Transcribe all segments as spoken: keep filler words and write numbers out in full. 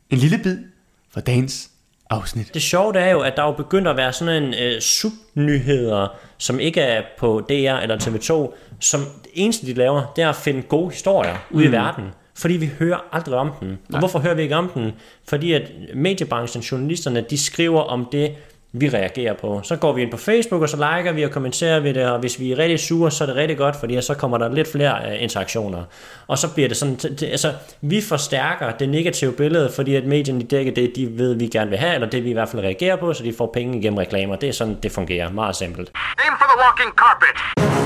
en lille bid fra dagens afsnit. Det sjove er jo, at der er jo begyndt at være sådan en øh, subnyheder, som ikke er på D R eller T V to, som det eneste de laver, det er at finde gode historier mm. ude i verden. Fordi vi hører aldrig om den. Og Nej. Hvorfor hører vi ikke om den? Fordi at mediebranchen, journalisterne, de skriver om det, vi reagerer på. Så går vi ind på Facebook, og så liker vi og kommenterer vi det, og hvis vi er rigtig sure, så er det rigtig godt, fordi så kommer der lidt flere uh, interaktioner. Og så bliver det sådan, t- t- altså vi forstærker det negative billede, fordi at medierne dækker det, de ved, vi gerne vil have, eller det vi i hvert fald reagerer på, så de får penge igennem reklamer. Det er sådan, det fungerer. Meget simpelt. Aim for the walking carpet!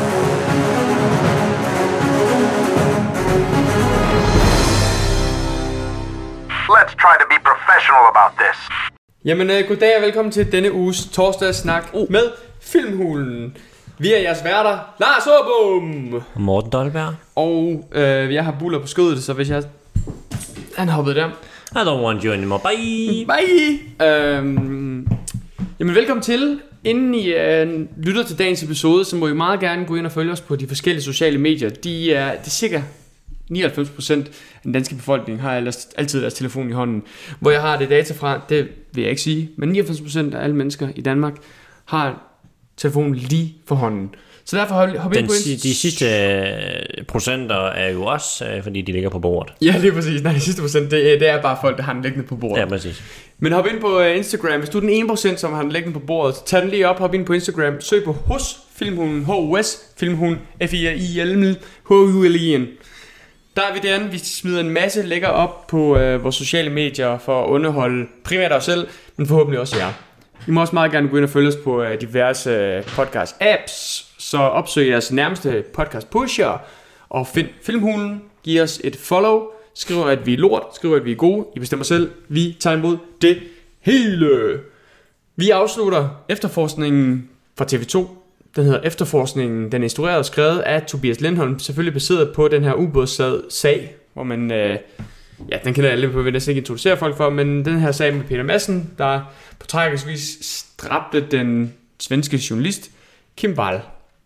Let's try to be professional about this. Jamen, uh, goddag og velkommen til denne uges torsdagssnak uh. med Filmhulen. Vi er jeres værter, Lars Åbom og Morten Dolberg. Og uh, jeg har buller på skødet, så hvis jeg... Han hoppede der. I don't want you anymore. Bye. Bye. Um, jamen, velkommen til. Inden I uh, lytter til dagens episode, så må I meget gerne gå ind og følge os på de forskellige sociale medier. De er, det er cirka nioghalvfems procent af den danske befolkning har ellers altid deres telefon i hånden. Hvor jeg har det data fra, det vil jeg ikke sige, men nioghalvfems procent af alle mennesker i Danmark har telefonen lige for hånden. Så derfor hop ind på ind. De sidste procenter er jo også, fordi de ligger på bordet. Ja, lige præcis. Nej, de sidste procent, det, det er bare folk, der har den liggende på bordet. Ja, præcis. Men hop ind på Instagram. Hvis du er den ene procent, som har den liggende på bordet, så tag den lige op, hop ind på Instagram. Søg på hos Filmhulen, H O S, Filmhulen, F I R I L H U L I N. Der er vi derinde. Vi smider en masse lækker op på øh, vores sociale medier for at underholde primært os selv, men forhåbentlig også jer. I må også meget gerne gå ind og følge os på øh, diverse øh, podcast apps. Så opsøg jeres nærmeste podcast pusher og find Filmhulen. Giv os et follow. Skriv at vi er lort. Skriv at vi er gode. I bestemmer selv. Vi tager imod det hele. Vi afslutter efterforskningen fra T V to. Den hedder Efterforskningen. Den er instrueret og skrevet af Tobias Lindholm. Selvfølgelig baseret på den her ubådssag, hvor man, øh, ja, den kender alle på, vil jeg ikke introducere folk for, men den her sag med Peter Madsen, der på tragisk vis dræbte den svenske journalist Kim Wall.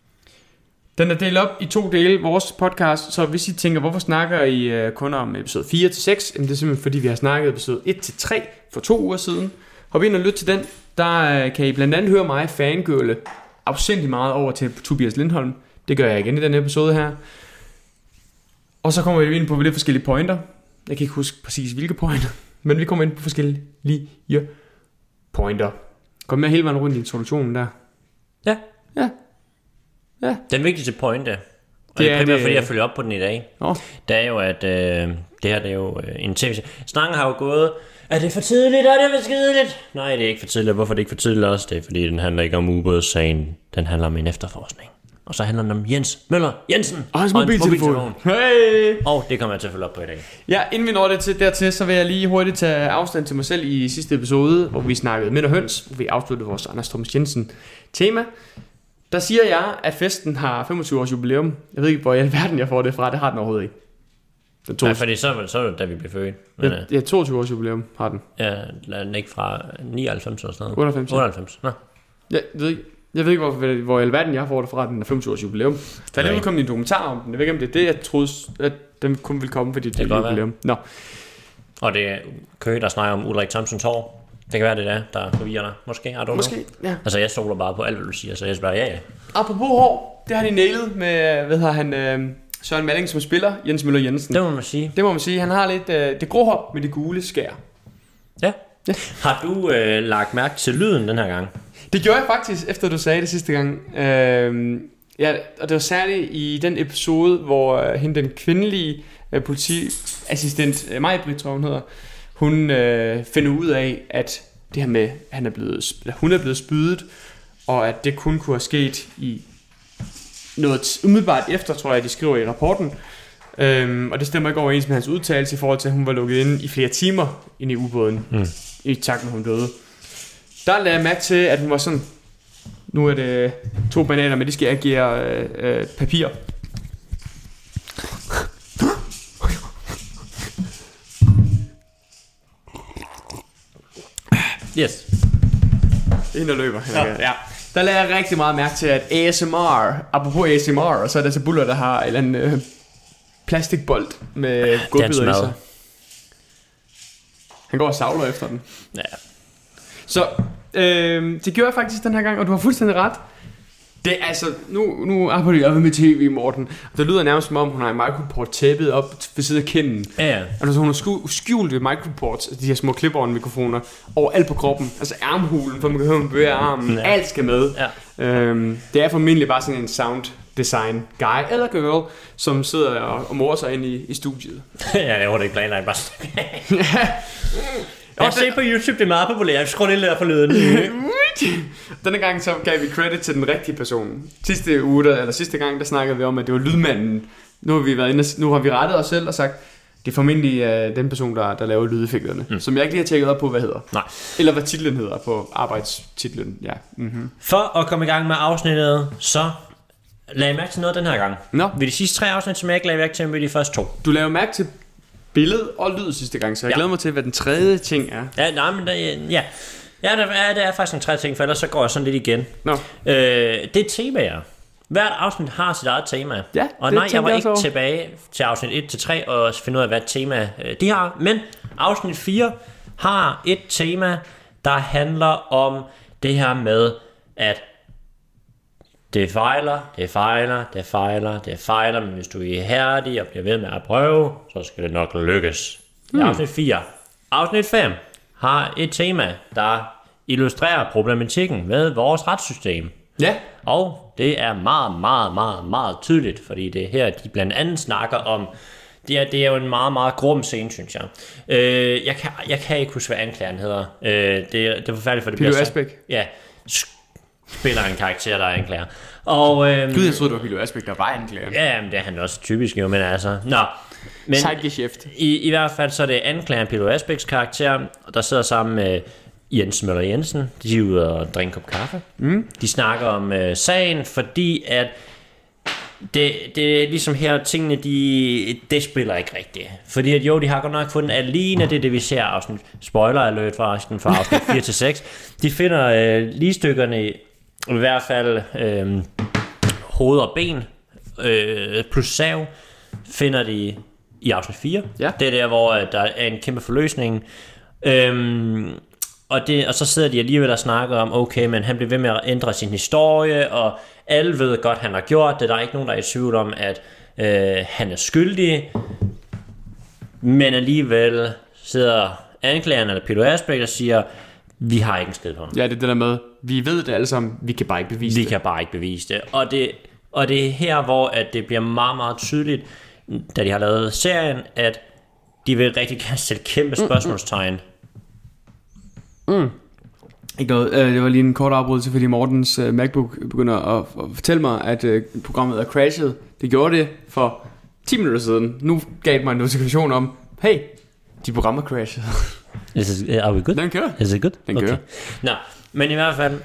Den er delt op i to dele, vores podcast, så hvis I tænker, hvorfor snakker I øh, kun om episode fire til seks, det er simpelthen fordi, vi har snakket episode et til tre for to uger siden. Hop ind og lyt til den. Der øh, kan I blandt andet høre mig fangirle afsindigt meget over til Tobias Lindholm. Det gør jeg igen i den episode her. Og så kommer vi ind på lidt forskellige pointer. Jeg kan ikke huske præcis hvilke pointer, men vi kommer ind på forskellige pointer. Kom med hele vejen rundt i introduktionen der. Ja. Ja. Ja. Den vigtigste pointe, og det, det er primært det, fordi jeg følger op på den i dag, oh. det er jo at øh, det her det er jo øh, en tv. Snakken har jo gået. Er det for tidligt? Er det for tidligt? Nej, det er ikke for tidligt. Hvorfor er det ikke for tidligt også? Det er fordi den handler ikke om ubådssagen. Den handler om en efterforskning. Og så handler den om Jens Møller Jensen og hans mobiltelefon. Hey. Og det kommer jeg til at følge op på i dag. Ja, inden vi når det til, dertil, så vil jeg lige hurtigt tage afstand til mig selv i sidste episode, hvor vi snakkede mænd og høns, hvor vi afsluttede vores Anders Thomas Jensen tema. Der siger jeg, at festen har femogtyve års jubilæum. Jeg ved ikke, hvor i alverden jeg får det fra. Det har den overhovedet ikke. Nej, fordi så, så er det da vi blev født. Men, ja, ja, toogtyve års jubilæum har den. Ja, er den ikke fra nioghalvfems eller sådan noget? otteoghalvfems. otteoghalvfems, nå. Jeg ved ikke, jeg ved ikke hvor, hvor i alverden jeg får det fra, den er femogtyve års jubilæum. Der er lige kommet en dokumentar om den. Jeg ved ikke, om det er det, jeg troede, at den kun ville komme, fordi det, det er jubilæum. Nå. Og det er Køge, der snakker om Ulrik Thomsens hår. Det kan være det der, der forvirrer dig. Måske, I don't know. Måske, ja. Altså jeg stoler bare på alt, hvad du siger, så jeg spørger ja, ja. Apropos hår, det har de nailet med, hvad hedder han, øh, Søren Malling, som spiller Jens Møller Jensen. Det må man sige. Det må man sige. Han har lidt øh, det grå hår med de gule skær. Ja. Ja. Har du øh, lagt mærke til lyden den her gang? Det gjorde jeg faktisk, efter du sagde det sidste gang. Øh, ja, og det var særligt i den episode, hvor øh, hende, den kvindelige øh, politiassistent, øh, Maj-Britt, tror hun hedder, hun øh, finder ud af, at det her med, at han er blevet, hun er blevet spydet, og at det kun kunne have sket i noget umiddelbart efter, tror jeg, de skriver i rapporten. Øhm, og det stemmer ikke overens med hans udtalelse i forhold til, at hun var lukket inde i flere timer inde i ubåden, mm. i takt med, hun døde. Der lagde jeg mærke til, at hun var sådan, nu er det to bananer, men de skal agere øh, øh, papir. Yes. Det er hende, der løber. Ja. Ja. Der lagde jeg rigtig meget mærke til, at A S M R, apropos A S M R, så er der til Buller, der har en eller anden øh, plastikbold med godbidder i sig. Han går og savler efter den. Ja. Så øh, det gjorde jeg faktisk den her gang, og du har fuldstændig ret. Det er altså, nu, nu arbejder jeg med tv, Morten. Det lyder nærmest som om, hun har en microport tæppet op ved siden af kinden. Ja, ja. Altså hun har skjult ved microports, de her små clip-on mikrofoner, overalt på kroppen. Altså armhulen, for man kan høre, hun bevæger armen. Ja. Alt skal med. Ja. Øhm, det er formentlig bare sådan en sound design guy eller girl, som sidder og, og morer sig ind i, i studiet. Ja, det var det ikke planlagt. Bare jeg ser på YouTube, det er meget populært. Jeg skruer lidt lidt for lyden. Denne gang så gav vi credit til den rigtige person. Sidste uge, der, eller sidste gang, der snakkede vi om, at det var lydmanden. Nu har vi været inde, nu har vi rettet os selv og sagt, det er formentlig uh, den person, der, der laver lydeffekterne, mm. som jeg ikke lige har tjekket op på, hvad hedder. Nej. Eller hvad titlen hedder på arbejdstitlen. Ja. Mm-hmm. For at komme i gang med afsnittet, så lagde jeg mærke til noget den her gang. Nå. Ved de sidste tre afsnit, som jeg ikke lagde mærke til, med de første to. Du lavede mærke til billede og lyd sidste gang, så jeg ja. glæder mig til, hvad den tredje ting er. Ja, nej, men der, ja. Ja, der er, der er faktisk en tredje ting, for ellers så går jeg sådan lidt igen. Nå. Øh, det er temaer. Hvert afsnit har sit eget tema. Ja, og nej, jeg var jeg ikke over. tilbage til afsnit et til tre og finde ud af, hvad tema øh, de har. Men afsnit fire har et tema, der handler om det her med, at det fejler, det fejler, det fejler, det fejler, men hvis du er ihærdig og bliver ved med at prøve, så skal det nok lykkes. Hmm. Afsnit fire. Afsnit fem har et tema, der illustrerer problematikken med vores retssystem. Ja. Og det er meget, meget, meget, meget tydeligt, fordi det er her, de blandt andet snakker om, det er, det er jo en meget, meget grum scene, synes jeg. Øh, jeg, kan, jeg kan ikke huske, hvad anklageren hedder. Øh, det, det er forfærdeligt, for det Pilo bliver Asbæk. Ja, spiller en karakter, der er anklager. Og, øhm, Gud, jeg troede, det var Pilo Asbæk, der var anklager. Ja, men det er han også typisk jo, men altså, nå. Men i, i hvert fald så er det anklageren Pilo Asbæks karakter, der sidder sammen med Jens Møller Jensen. De er ude og drikke en kop kaffe. Mm. De snakker om øh, sagen, fordi at det, det er ligesom her, tingene, de, det spiller ikke rigtigt. Fordi at jo, de har godt nok fundet alene, det er det, vi ser afsnit. Spoiler alert fra afsnit fire til seks. De finder øh, ligestykkerne i, i hvert fald øh, hoved og ben, øh, plus sav, finder de i afsnit fire. Ja. Det er der, hvor øh, der er en kæmpe forløsning. Øhm, og, det, og så sidder de alligevel og snakker om, okay, men han bliver ved med at ændre sin historie, og alle ved godt, han har gjort det. Der er ikke nogen, der er i tvivl om, at øh, han er skyldig. Men alligevel sidder anklageren eller Pilo Asbæk og siger, vi har ikke en skid på ham. Ja, det er det der med, vi ved det alle sammen, vi kan bare ikke bevise vi det. Vi kan bare ikke bevise det. Og det, og det er her, hvor at det bliver meget, meget tydeligt, da de har lavet serien, at de vil rigtig gerne sætte kæmpe spørgsmålstegn. Mm. Ikke noget. Det var lige en kort afbrydelse, fordi Mortens MacBook begynder at fortælle mig, at programmet er crashet. Det gjorde det for ti minutter siden. Nu gav det mig en notifikation om, hey, de programmer crashet. Is it, are we good? Den kører. Is it good? Den okay. kører. Nå, men i hvert fald,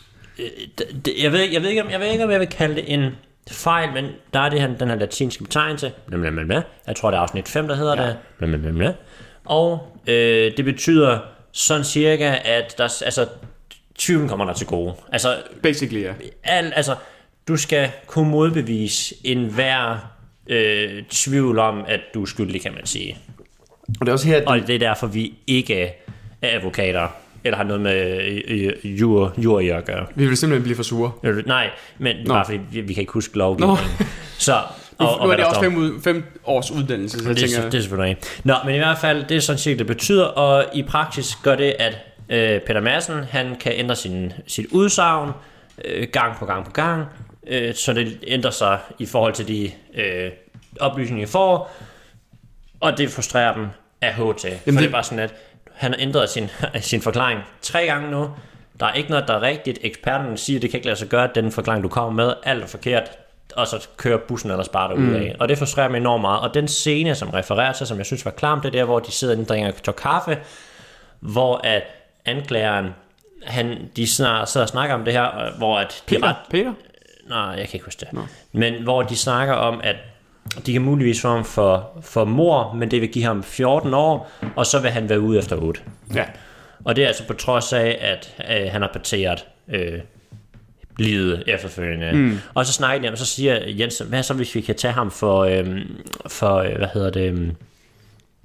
jeg ved, jeg ved ikke, om jeg ved ikke, om jeg vil kalde det en fejl, men der er det her, den her latinske betegnelse, blablabla. Jeg tror det er afsnit fem, der hedder ja. det, blablabla. Og øh, det betyder sådan cirka, at der, altså, tvivlen kommer der til gode. Altså, basically, ja. Al, altså, du skal kunne modbevise enhver øh, tvivl om, at du er skyldig, kan man sige. Og det er også her, og det er derfor, vi ikke er advokater, eller har noget med jury at gøre. Vi vil simpelthen blive for sure. Nej, men Nå. bare fordi vi, vi kan ikke huske lovgivningen. Så, og, og nu er det også fem, ud, fem års uddannelse, så det, jeg tænker... Det er selvfølgelig ikke. Nå, men i hvert fald, det er sådan cirka, det betyder, og i praksis gør det, at øh, Peter Madsen, han kan ændre sin, sit udsagn øh, gang på gang på gang, øh, så det ændrer sig i forhold til de øh, oplysninger, I får, og det frustrerer dem af H T. For det... det er bare sådan, at han har ændret sin, sin forklaring tre gange nu. Der er ikke noget, der er rigtigt. Eksperterne siger, at det kan ikke lade sig gøre, den forklaring, du kommer med, alt er forkert, og så kører bussen ellers bare derud mm. af. Og det frustrerer mig enormt meget. Og den scene, som refererer til, som jeg synes var klam, det er der, hvor de sidder og drikker tår kaffe, hvor at anklageren, han, de snart sidder og snakker om det her, hvor at... Peter? Ret, Peter? Nej, jeg kan ikke huske det. No. Men hvor de snakker om, at de kan muligvis få ham for, for mord, men det vil give ham fjorten år, og så vil han være ude efter otte. Ja. Og det er altså på trods af, at øh, han har parteret øh, livet efterfølgende. Mm. Og så snakker de om, så siger Jens, hvad så hvis vi kan tage ham for, øh, for øh, hvad hedder det,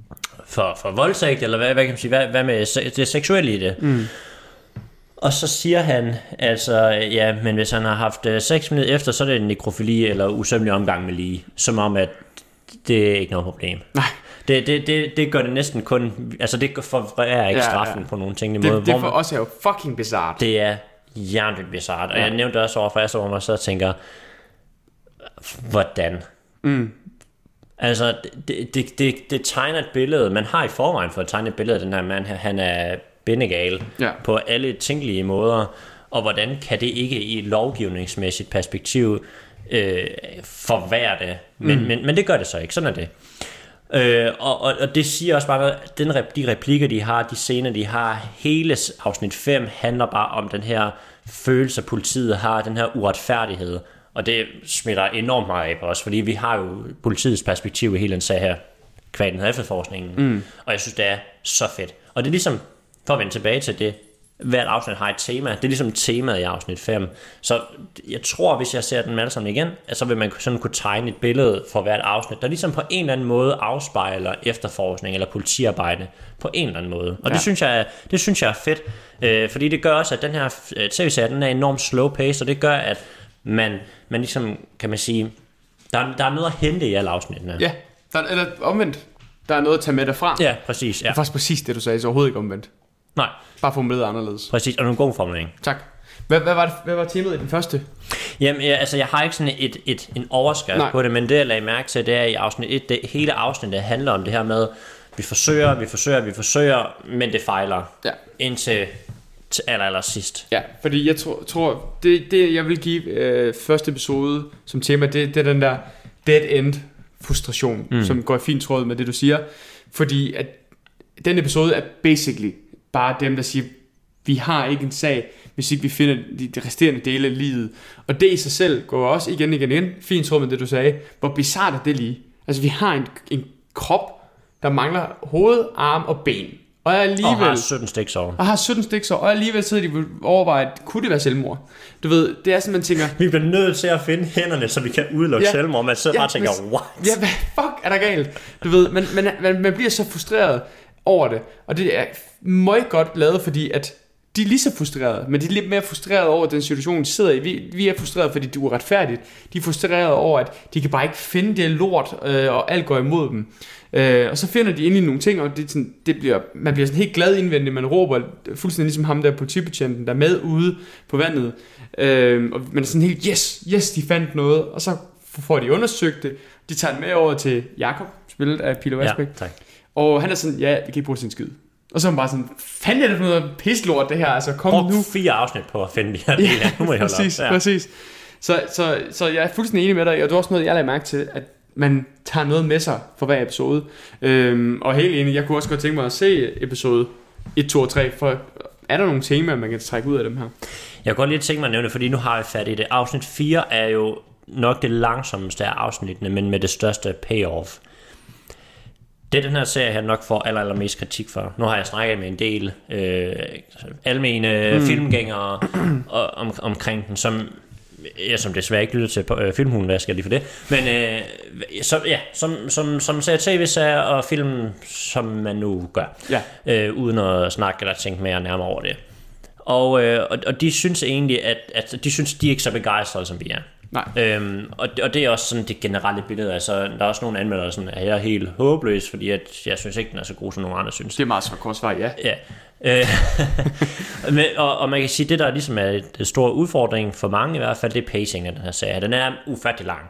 for, for voldtægt, eller hvad, hvad kan man sige, hvad, hvad med det seksuelle i det? Mm. Og så siger han, altså, ja, men hvis han har haft sex minutter efter, så er det nekrofili eller usømmelig omgang med lige, som om, at det er ikke noget problem. Nej. Det, det, det, det gør det næsten kun, altså det forvrærer ikke straffen ja, ja. på nogen ting. Det, det for os er jo fucking bizarrt. Det er hjerneligt bizarrt, og ja. jeg nævnte også overfor Astor, hvor man så tænker, hvordan? Mm. Altså, det, det, det, det tegner et billede, man har i forvejen for at tegne et billede af den her mand her, han er bindegal ja. på alle tænkelige måder, og hvordan kan det ikke i et lovgivningsmæssigt perspektiv øh, forværre det, men, mm. men, men det gør det så ikke, sådan er det. Øh, og, og, og det siger også bare, at den, de replikker de har, de scener de har, hele afsnit fem handler bare om den her følelse, politiet har, den her uretfærdighed, og det smitter enormt meget af på os, fordi vi har jo politiets perspektiv i hele den sag her, kvad den her efterforskningen, mm. og jeg synes det er så fedt, og det er ligesom, for at vende tilbage til det, hvert afsnit har et tema. Det er ligesom temaet i afsnit fem. Så jeg tror, hvis jeg ser den alle sammen igen, så vil man sådan kunne tegne et billede for hvert afsnit, der ligesom på en eller anden måde afspejler efterforskning eller politiarbejde på en eller anden måde. Og ja. det, synes jeg er, det synes jeg er fedt, øh, fordi det gør også, at den her tv-serie, den er enormt slow pace, og det gør, at man, man ligesom, kan man sige, der, der er noget at hente i alle afsnittene. Ja, der, eller omvendt. Der er noget at tage med derfra. Ja, præcis. Ja. Det er faktisk præcis det, du sagde, så overhovedet ikke omvendt. Nej. Bare formuleret anderledes. Præcis, og en god formulering. Tak. Hvad, hvad, var det, hvad var temaet i den første? Jamen, jeg, altså jeg har ikke sådan et, et, en overskrift Nej. på det, men det jeg lagde mærke til, det er i afsnit et, det, hele afsnittet handler om det her med, vi forsøger, vi forsøger, vi forsøger, men det fejler. Ja. Indtil til aller, aller sidst. Ja, fordi jeg tror, tror det, det jeg vil give øh, første episode som tema, det, det er den der dead end frustration, mm. som går i fint tråd med det du siger, fordi at den episode er basically bare dem der siger, vi har ikke en sag, hvis ikke vi finder de, de resterende dele af livet, og det i sig selv går også igen igen igen fint tråd med det du sagde. Hvor bizarrt er det lige? Altså vi har en, en krop der mangler hoved, arm og ben, og jeg alligevel og har sytten stiksår og har sytten stiksår, og alligevel sidder de og overvejer, kunne det være selvmord? Du ved, det er sådan man tænker, vi bliver nødt til at finde hænderne, så vi kan udelukke ja, selvmord. Man sidder ja, bare tænker, what? Ja, hvad fuck er der galt? Du ved, man, man, man, man bliver så frustreret over det, og det er meget godt lavet, fordi at de er lige så frustrerede, men de er lidt mere frustrerede over den situation, de sidder i. Vi, vi er frustrerede, fordi det er uretfærdigt. De er frustrerede over, at de kan bare ikke finde det lort, øh, og alt går imod dem. Øh, og så finder de endelig nogle ting, og det, sådan, det bliver, man bliver sådan helt glad indvendigt, man råber fuldstændig ligesom ham der politibetjenten, der er med ude på vandet. Øh, og man er sådan helt, yes, yes, de fandt noget, og så får de undersøgt det. De tager det med over til Jakob, spillet af Peter Westbæk. Ja, tak. Og han er sådan, ja, vi kan ikke bruge sin skid. Og så er han bare sådan, fanden er det for noget pislort det her, altså kom Brug nu. fire afsnit på at finde de her dele, ja, nu må I holde præcis, op. Ja. Præcis, så, så, så jeg er fuldstændig enig med dig, og det er også noget, jeg lader mærke til, at man tager noget med sig for hver episode. Øhm, og helt enig, jeg kunne også godt tænke mig at se episode et, to og tre, for er der nogle temaer, man kan trække ud af dem her? Jeg kunne godt lige tænke mig at nævne det, fordi nu har vi fat i det. Afsnit fire er jo nok det langsomste af afsnittene, men med det største payoff. Det er den her serie, jeg nok får aller, aller mest kritik for. Nu har jeg snakket med en del øh, almene mm. filmgængere og, om, omkring den, som, ja, som desværre ikke lytter til øh, Filmhulen, hvad skal jeg lige for det. Men øh, som, ja, som, som, som ser tv-serier og film, som man nu gør, ja. øh, uden at snakke eller tænke mere nærmere over det. Og, øh, og, og de synes egentlig, at, at de synes, de er ikke så begejstrede, som vi er. Nej. Øhm, og, og det er også sådan det generelle billede. Altså, der er også nogle anmeldere, sådan, at jeg er helt håbløs, fordi at jeg synes ikke, den er så god, som nogle andre synes. Det er meget så kort svar, ja. Ja. Øh, men, og, og man kan sige, det der ligesom er den store udfordring for mange i hvert fald, det er pacing af den her serie. Den er ufattelig lang.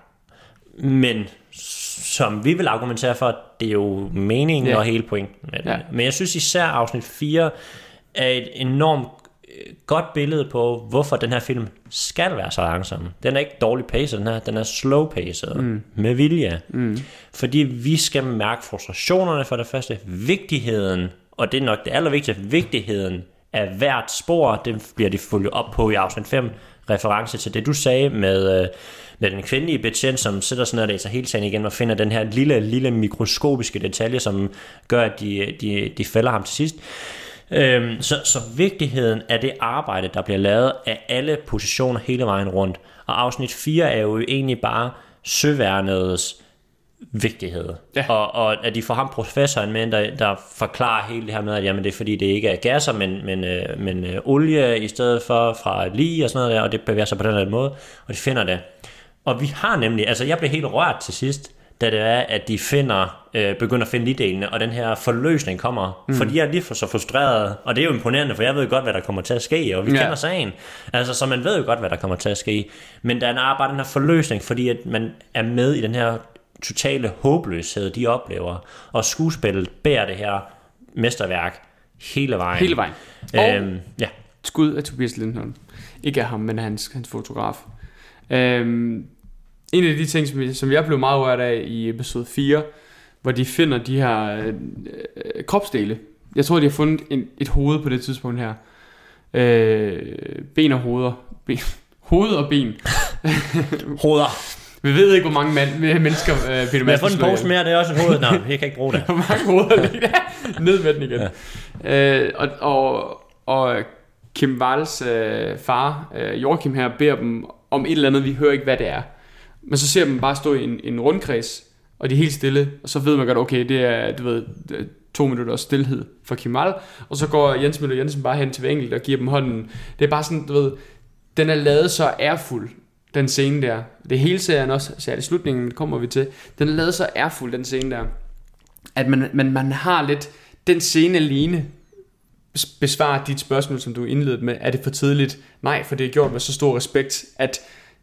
Men som vi vil argumentere for, det er jo meningen ja. og hele pointen med den. Ja. Men jeg synes især afsnit fire er et enormt godt billede på, hvorfor den her film skal være så langsom. Den er ikke dårlig paced, den her, den er slow paced mm. med vilje. Mm. Fordi vi skal mærke frustrationerne for det første, vigtigheden, og det er nok det allervigtigste, vigtigheden af hvert spor, det bliver de fulgt op på i afsnit fem, reference til det du sagde med, med den kvindelige betjent, som sidder sådan og læser hele sagen igen og finder den her lille, lille mikroskopiske detalje, som gør, at de, de, de fælder ham til sidst. Øhm, så, så vigtigheden af det arbejde, der bliver lavet af alle positioner hele vejen rundt. Og afsnit fire er jo egentlig bare søværnets vigtighed. Ja. Og, og at de får ham professoren med, der, der forklarer hele det her med, at jamen, det er fordi, det ikke er gasser, men, men, øh, men øh, olie i stedet for fra lige og sådan noget der, og det bevæger sig på den her måde, og de finder det. Og vi har nemlig, altså jeg blev helt rørt til sidst, da det er, at de finder, øh, begynder at finde ligedelene, og den her forløsning kommer, mm. fordi jeg er lige for så frustreret, og det er jo imponerende, for jeg ved godt, hvad der kommer til at ske, og vi ja. kender sagen, altså så man ved jo godt, hvad der kommer til at ske, men der er bare den her forløsning, fordi at man er med i den her totale håbløshed, de oplever, og skuespillet bærer det her mesterværk hele vejen. Hele vejen. Øhm, og ja. skud af Tobias Lindholm. Ikke af ham, men hans, hans fotograf. Øhm, en af de ting, som, som jeg blev meget rørt af i episode fire, hvor de finder de her øh, kropsdele. Jeg tror, de har fundet en, et hoved på det tidspunkt her. Øh, ben og hoveder. Ben. Hoved og ben. Hoveder. Vi ved ikke, hvor mange man, mennesker øh, Peter Madsen. Men jeg har fundet en pose mere, det er også et hoved. Nej, jeg kan ikke bruge det. Hvor mange hoveder ligger der? Ned med den igen. Ja. Øh, og, og, og Kim Walls øh, far, øh, Joachim her, beder dem om et eller andet, vi hører ikke, hvad det er. Men så ser man bare stå i en, en rundkreds, og de er helt stille, og så ved man godt, okay, det er, du ved, to minutter stillhed for Kim Wall, og så går Jens Møller Jensen bare hen til hver enkelt og giver dem hånden. Det er bare sådan, du ved, den er lavet så ærfuld, den scene der. Det hele serien også, særligt i slutningen kommer vi til, den er lavet så ærfuld, den scene der, at man, man, man har lidt, den scene alene besvarer dit spørgsmål, som du indledte med, er det for tidligt? Nej, for det er gjort med så stor respekt, at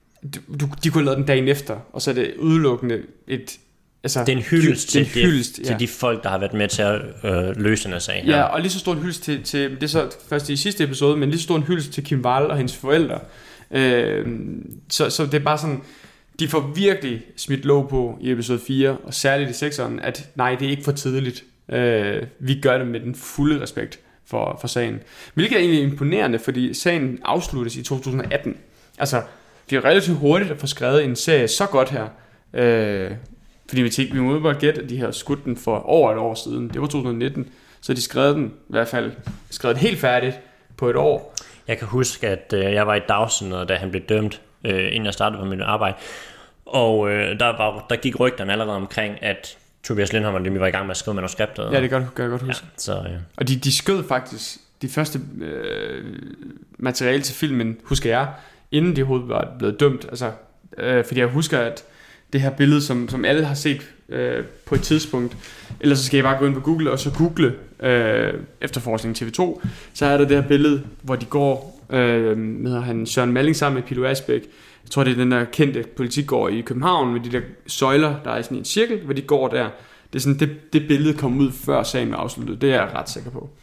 du, de kunne have lavet den dagen efter, og så er det udelukkende et, altså, det er en hyldest til, hyldest, de, ja. til de folk, der har været med til at øh, løse den her sag her. Ja, og lige så stor en hyldest til, til, det er så først i sidste episode, men lige så stor en hyldest til Kim Wall og hendes forældre. Øh, så, så det er bare sådan, de får virkelig smidt låg på i episode fire, og særligt i sekseren, at nej, det er ikke for tidligt. Øh, vi gør det med den fulde respekt for, for sagen. Hvilket er egentlig imponerende, fordi sagen afsluttes i to tusind atten. Altså, det er relativt hurtigt at få skrevet en serie så godt her. Øh, fordi vi tænkte, vi må bare gætte, at de har skudt den for over et år siden. Det var to tusind nitten. Så de skrev den i hvert fald skrevet helt færdigt på et år. Jeg kan huske, at øh, jeg var i Dagcenteret, da han blev dømt, øh, inden jeg startede på mit arbejde. Og øh, der, var, der gik rygterne allerede omkring, at Tobias Lindholm og dem var i gang med at skrive manuskriptet. Ja, det kan jeg godt huske. Ja, så, øh. Og de, de skød faktisk de første øh, materiale til filmen, husker jeg, inden de overhovedet var blevet dømt. Altså, øh, fordi jeg husker, at det her billede, som, som alle har set øh, på et tidspunkt, ellers så skal I bare gå ind på Google og så google øh, efterforskning T V to, så er der det her billede, hvor de går øh, med han Søren Malling sammen med Pilo Asbæk. Jeg tror, det er den der kendte politikgård i København med de der søjler, der er i sådan en cirkel, hvor de går der. Det er sådan, det, det billede kom ud før sagen var afsluttet. Det er jeg ret sikker på.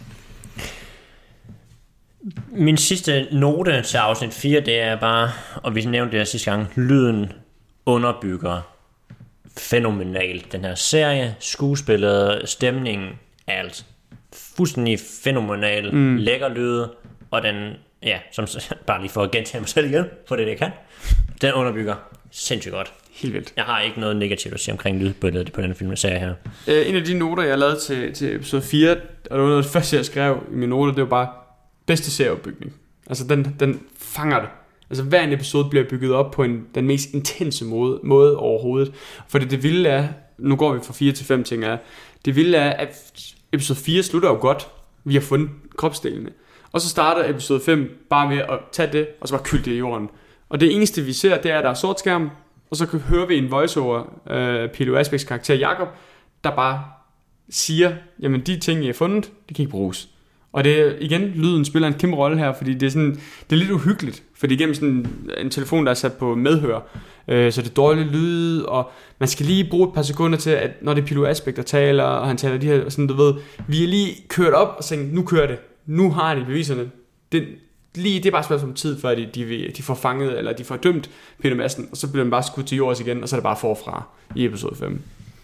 Min sidste note til afsnit fire, det er bare, og vi nævnte det her sidste gang, lyden underbygger fænomenalt den her serie, skuespillet, stemningen, alt. Fuldstændig fænomenal, mm. lækker lyde, og den, ja, som bare lige for at gentage mig selv igen, for det det kan, den underbygger sindssygt godt. Helt vildt. Jeg har ikke noget negativt at sige omkring lydbilledet på den filmserie her. Uh, en af de noter, jeg lavede til, til episode fire, og det var noget af det første, jeg skrev i mine noter, det var bare bedste serieopbygning. Altså, den, den fanger det. Altså, hver en episode bliver bygget op på en, den mest intense måde, måde overhovedet. For det, det vilde er, nu går vi fra fire til fem ting, er, det vilde er, at episode fire slutter jo godt. Vi har fundet kropsdelene. Og så starter episode fem bare med at tage det, og så bare kylde det i jorden. Og det eneste, vi ser, det er, at der er sort skærm, og så hører vi en voiceover, øh, Pilo Asbæks karakter Jakob, der bare siger, jamen de ting, I har fundet, det kan ikke bruges. Og det er, igen, lyden spiller en kæmpe rolle her, fordi det er sådan, det er lidt uhyggeligt, for det er igennem sådan en telefon, der er sat på medhør, øh, så det er dårlig lyd, og man skal lige bruge et par sekunder til, at når det er Pilo Asbæk, der taler, og han taler de her, sådan du ved, vi er lige kørt op og tænkt, nu kører det, nu har de beviserne, det, lige, det er bare spørgsmål om tid, før de, de, de får fanget, eller de får dømt Peter Madsen, og så bliver man bare skudt til jords igen, og så er det bare forfra i episode fem.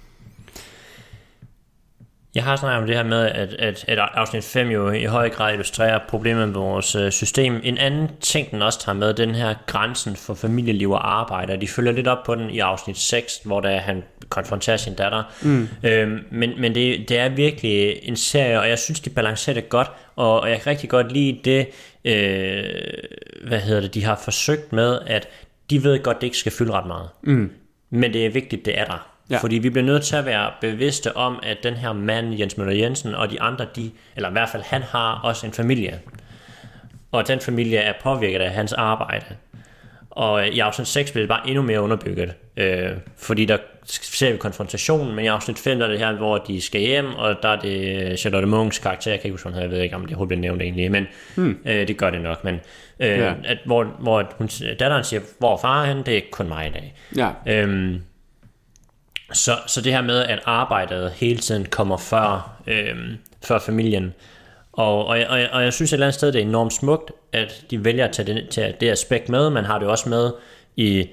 Jeg har snakket om det her med, at, at, at afsnit fem jo i høj grad illustrerer problemet med vores øh, system. En anden ting, den også tager med, den her grænsen for familieliv og arbejde. De følger lidt op på den i afsnit seks, hvor der han konfronterer sin datter. Mm. Øhm, men men det, det er virkelig en serie, og jeg synes, de balancerer det godt. Og, og jeg kan rigtig godt lide det, øh, hvad hedder det, de har forsøgt med, at de ved godt, det ikke skal fylde ret meget. Mm. Men det er vigtigt, det er der. Ja. Fordi vi bliver nødt til at være bevidste om, at den her mand, Jens Møller Jensen, og de andre, de, eller i hvert fald han har også en familie. Og den familie er påvirket af hans arbejde. Og i afsnit seks bliver det bare endnu mere underbygget. Øh, fordi der ser vi konfrontationen, men i afsnit fem der er det her, hvor de skal hjem, og der er det Charlotte Munchs karakter, jeg kan ikke huske, jeg ved ikke, om det overhovedet bliver nævnt egentlig, men hmm. øh, det gør det nok. Men, øh, ja. at, hvor, hvor hun, datteren siger, hvor er far hen, det er kun mig i dag. Ja. Øhm, så, så det her med, at arbejdet hele tiden kommer før, øh, før familien, Og, og, og, og jeg synes et eller andet sted, det er enormt smukt, at de vælger at tage det, tage det aspekt med. Man har det også med i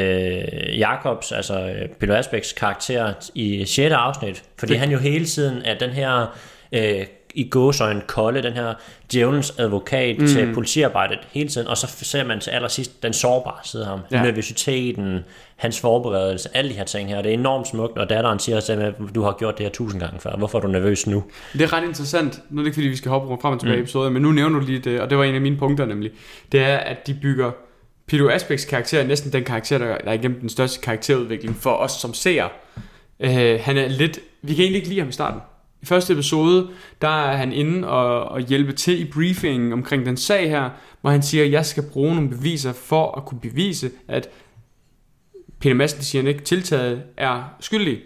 øh, Jakobs, altså Pilo Asbæks karakter i sjette afsnit, fordi det. Han jo hele tiden er den her øh, i gåseøjne kolde, den her djævelens advokat mm. til politiarbejdet hele tiden, og så ser man til allersidst den sårbare side af ham, ja. Nervøsiteten, hans forberedelse, alle de her ting her, det er enormt smukt, og datteren siger også, at du har gjort det her tusind gange før, hvorfor er du nervøs nu? Det er ret interessant, nu er det ikke fordi vi skal hoppe frem og tilbage mm. i episoden, men nu nævner du lige det, og det var en af mine punkter nemlig, det er at de bygger Pilo Asbæks karakter, næsten den karakter, der er igennem den største karakterudvikling for os som seere. Uh, han er lidt, vi kan egentlig ikke lide ham i starten. I første episode, der er han inde og, og hjælpe til i briefingen omkring den sag her, hvor han siger, at jeg skal bruge nogle beviser for at kunne bevise, at Peter Madsen, siger han ikke, tiltaget er skyldig.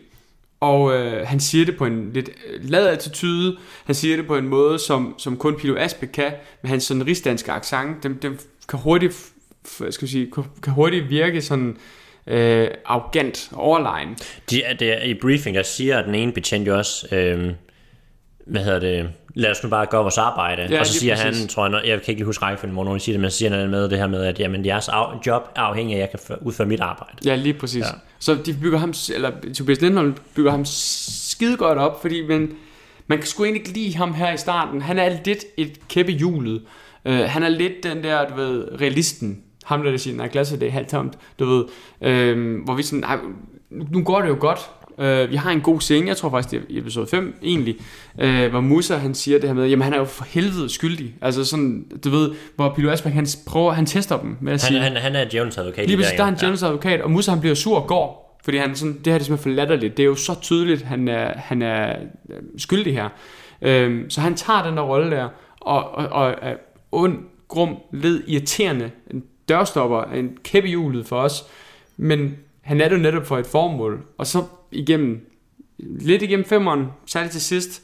Og øh, han siger det på en lidt lad attitude, han siger det på en måde, som, som kun Pilo Asbæk kan, med hans sådan rigsdanske accent, den, den kan hurtigt, skal vi sige, kan hurtigt virke sådan øh, arrogant, overlegen. De, det er, i briefing, der siger den ene betjent jo også, øh, hvad hedder det, lad os nu bare gøre vores arbejde. Ja, og så siger præcis. Han, tror jeg, jeg kan ikke lige huske rækkefølgen, hvor nogen siger det, men så siger han med det her med, at jamen, jeres job er afhængig af, at jeg kan udføre mit arbejde. Ja, lige præcis. Ja. Så de bygger ham, eller Tobias Lindholm bygger ham skide godt op, fordi man, man kan sgu egentlig ikke lide ham her i starten. Han er lidt et kæppe hjulet. Uh, han er lidt den der, du ved, realisten. Ham der, der siger, nej, glasset det er halvt tomt, du ved. Uh, hvor vi sådan, nej, nu går det jo godt. Uh, vi har en god scene, jeg tror faktisk det er i episode fem egentlig, uh, hvor Musa han siger det her med, jamen han er jo for helvede skyldig, altså sådan, du ved, hvor Pilo Asbæk han prøver, han tester dem med at han, sige, han, han er djævelens advokat. Lige præcis, der er han djævelens advokat, og Musa han bliver sur og går, fordi han sådan, det her det er simpelthen for latterligt, det er jo så tydeligt, han er, han er skyldig her, uh, så han tager den der rolle der, og, og, og er ond, grum, led, irriterende, en dørstopper, en kæppehjulet for os, men han er det jo netop for et formål, og så igennem, lidt igennem femmeren, særligt til sidst,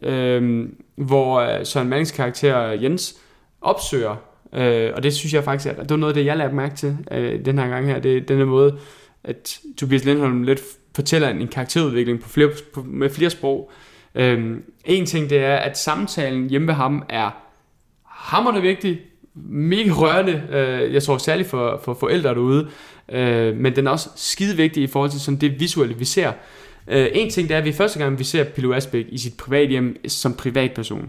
øh, hvor Søren Mallings karakter Jens opsøger, øh, og det synes jeg faktisk, er, det var noget af det, jeg lagde mærke til øh, den her gang her, det er den her måde, at Tobias Lindholm lidt fortæller en, en karakterudvikling på flere, på, med flere sprog. Øh, en ting, det er, at samtalen hjemme ved ham er hamrende vigtig, mega rørende, øh, jeg tror særligt for, for forældre derude, øh, men den er også skide vigtig i forhold til sådan det visuelle vi ser. øh, En ting det er, at vi første gang vi ser Pilo Asbæk i sit privathjem som privatperson.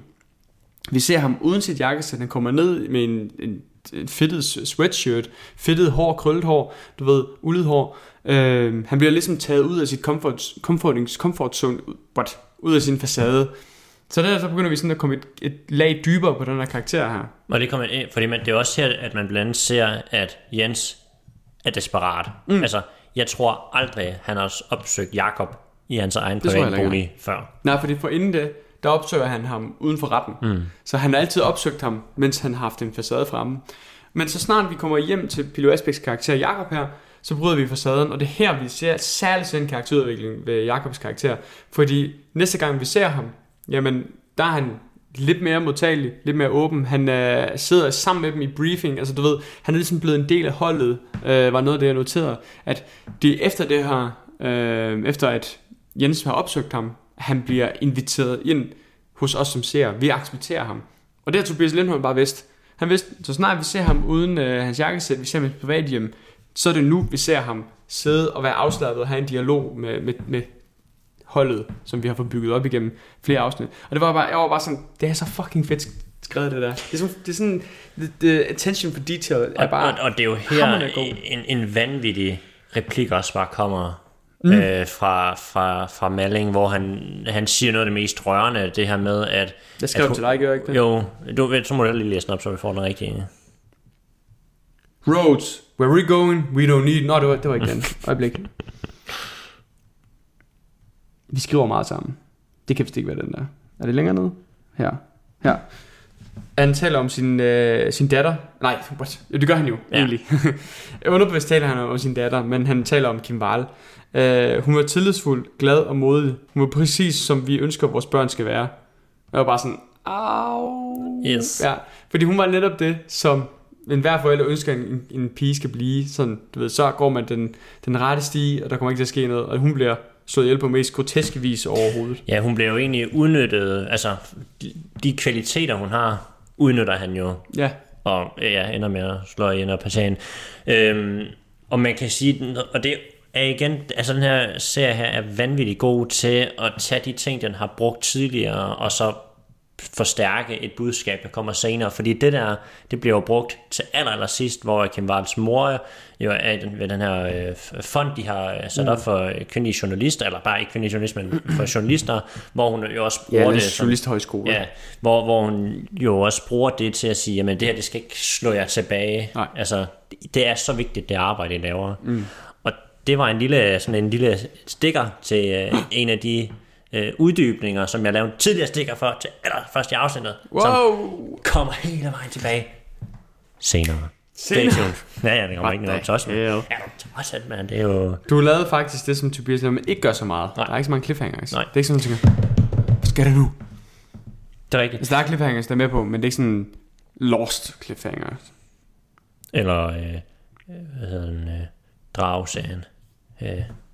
Vi ser ham uden sit jakkesæt, han kommer ned med en, en, en fedtet sweatshirt, fedtet hår, krøllet hår, du ved, ullet hår. øh, Han bliver ligesom taget ud af sit comfort, comforting, comfort zone, but, ud af sin facade. Så der så begynder vi sådan at komme et, et lag dybere på den her karakter her. Og det kommer ind, fordi man, det er også her, at man blandt andet ser, at Jens er desperat. Mm. Altså, jeg tror aldrig, han har opsøgt Jakob i hans egen private bolig før. Nej, fordi for inden det, der opsøger han ham uden for retten. Mm. Så han har altid opsøgt ham, mens han har haft en facade fremme. Men så snart vi kommer hjem til Pilo Asbæks karakter Jakob her, så bryder vi facaden, og det er her, vi ser særligt en karakterudvikling ved Jakobs karakter. Fordi næste gang vi ser ham, jamen, der er han lidt mere modtagelig, lidt mere åben. Han øh, sidder sammen med dem i briefing. Altså du ved, han er ligesom blevet en del af holdet, øh, var noget af det jeg noterede. At det efter det her, øh, efter at Jens har opsøgt ham, han bliver inviteret ind hos os som ser. Vi accepterer ham. Og det har Tobias Lindholm bare vidst. Han vidste, så snart vi ser ham uden øh, hans jakkesæt, vi ser ham i privathjem, så er det nu vi ser ham sidde og være afslappet og have en dialog med, med, med holdet, som vi har fået bygget op igennem flere afsnit. Og det var bare, jeg var bare sådan, det er så fucking fedt skrevet det der. Det er sådan, det er sådan the, the attention for detail er bare. Og, og, og det er jo her en, en vanvittig replik også bare kommer mm. øh, fra, fra, fra Malling, hvor han, han siger noget af det mest rørende, det her med, at... Jeg skrev at, til dig, gør ikke det? Jo, du, så må du lige læse den op, så vi får den rigtige. Roads, where we going, we don't need... Nå, det var, det var ikke den. Øjeblik. Vi skriver meget sammen. Det kan vist ikke være den der. Er det længere nede? Her. Her. Han taler om sin, øh, sin datter. Nej, det gør han jo ja. egentlig. Underbevidst taler han om sin datter, men han taler om Kim Wall. Uh, hun var tillidsfuld, glad og modig. Hun var præcis som vi ønsker vores børn skal være. Jeg var bare sådan, au. Yes. Ja, fordi hun var netop det, som enhver forælder ønsker en, en pige skal blive. Sådan, du ved, så går man den, den rette sti, og der kommer ikke til at ske noget. Og hun bliver slået ihjel på mest groteske vis overhovedet. Ja, hun bliver jo egentlig udnyttet. Altså, de, de kvaliteter hun har, udnytter han jo. Ja. Og ja, ender med at slå ihjel og patienten. Øhm, og man kan sige, og det er igen, altså den her serie her er vanvittigt god til at tage de ting, den har brugt tidligere, og så forstærke et budskab, der kommer senere, fordi det der, det bliver jo brugt til aller, aller sidst, hvor Kim Walls mor jo er den, ved den her øh, fond, de har sat op for kvindelige journalister, eller bare ikke kvindelige journalister, men for journalister, hvor hun jo også bruger ja, det som, journalisthøjskole. Ja, hvor, hvor hun jo også bruger det til at sige, jamen det her, det skal ikke slå jer tilbage. Nej. Altså, det er så vigtigt, det arbejde, I laver. Mm. Og det var en lille, sådan en lille stikker til øh, en af de øh, uddybninger, som jeg lavede en tidligere stikker for til eller først i afsnittet, wow. Som kommer hele vejen tilbage senere. Senere? Ja, ja, det kommer ikke noget op til os. Ja, tosset, man, det er jo... Du lavede faktisk det, som Tobias laver, men ikke gør så meget. Nej. Der er ikke så mange cliffhangers. Nej. Det er ikke sådan, at tænker, hvad skal det nu? Det er rigtigt. Altså, der er cliffhangers, der er med på, men det er ikke sådan lost cliffhangers. Eller, øh, hvad hedder den, øh, Drag-serien. Øh,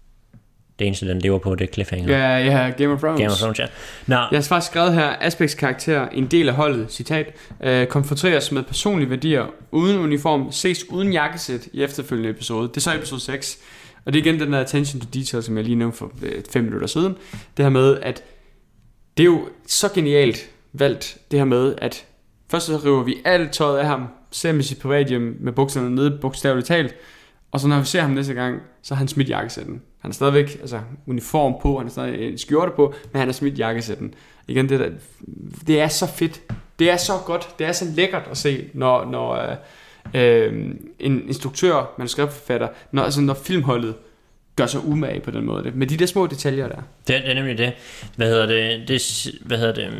det eneste, den lever på, det er cliffhanger. Ja, ja, Game of Thrones. Game of Thrones, ja. Nå. Jeg har faktisk skrevet her, Aspects karakter, en del af holdet, citat, øh, konfronteres med personlige værdier, uden uniform, ses uden jakkesæt i efterfølgende episode. Det er så episode seks. Og det er igen den der attention to detail, som jeg lige nævnte for øh, fem minutter siden. Det her med, at det er jo så genialt valgt, det her med, at først så river vi alt tøjet af ham, ser med sit privathjem med bukserne nede, bogstaveligt talt, og så når vi ser ham næste gang, så har han smidt jakkesætten. Han er stadigvæk altså, uniform på, han har stadig en skjorte på, men han har smidt jakkesætten. Igen, det, der, det er så fedt. Det er så godt. Det er så lækkert at se, når, når øh, øh, en instruktør, manuskriptforfatter, når, altså, når filmholdet gør sig umage på den måde. Med de der små detaljer der. Det, det er nemlig det. Hvad hedder det? det hvad hedder det?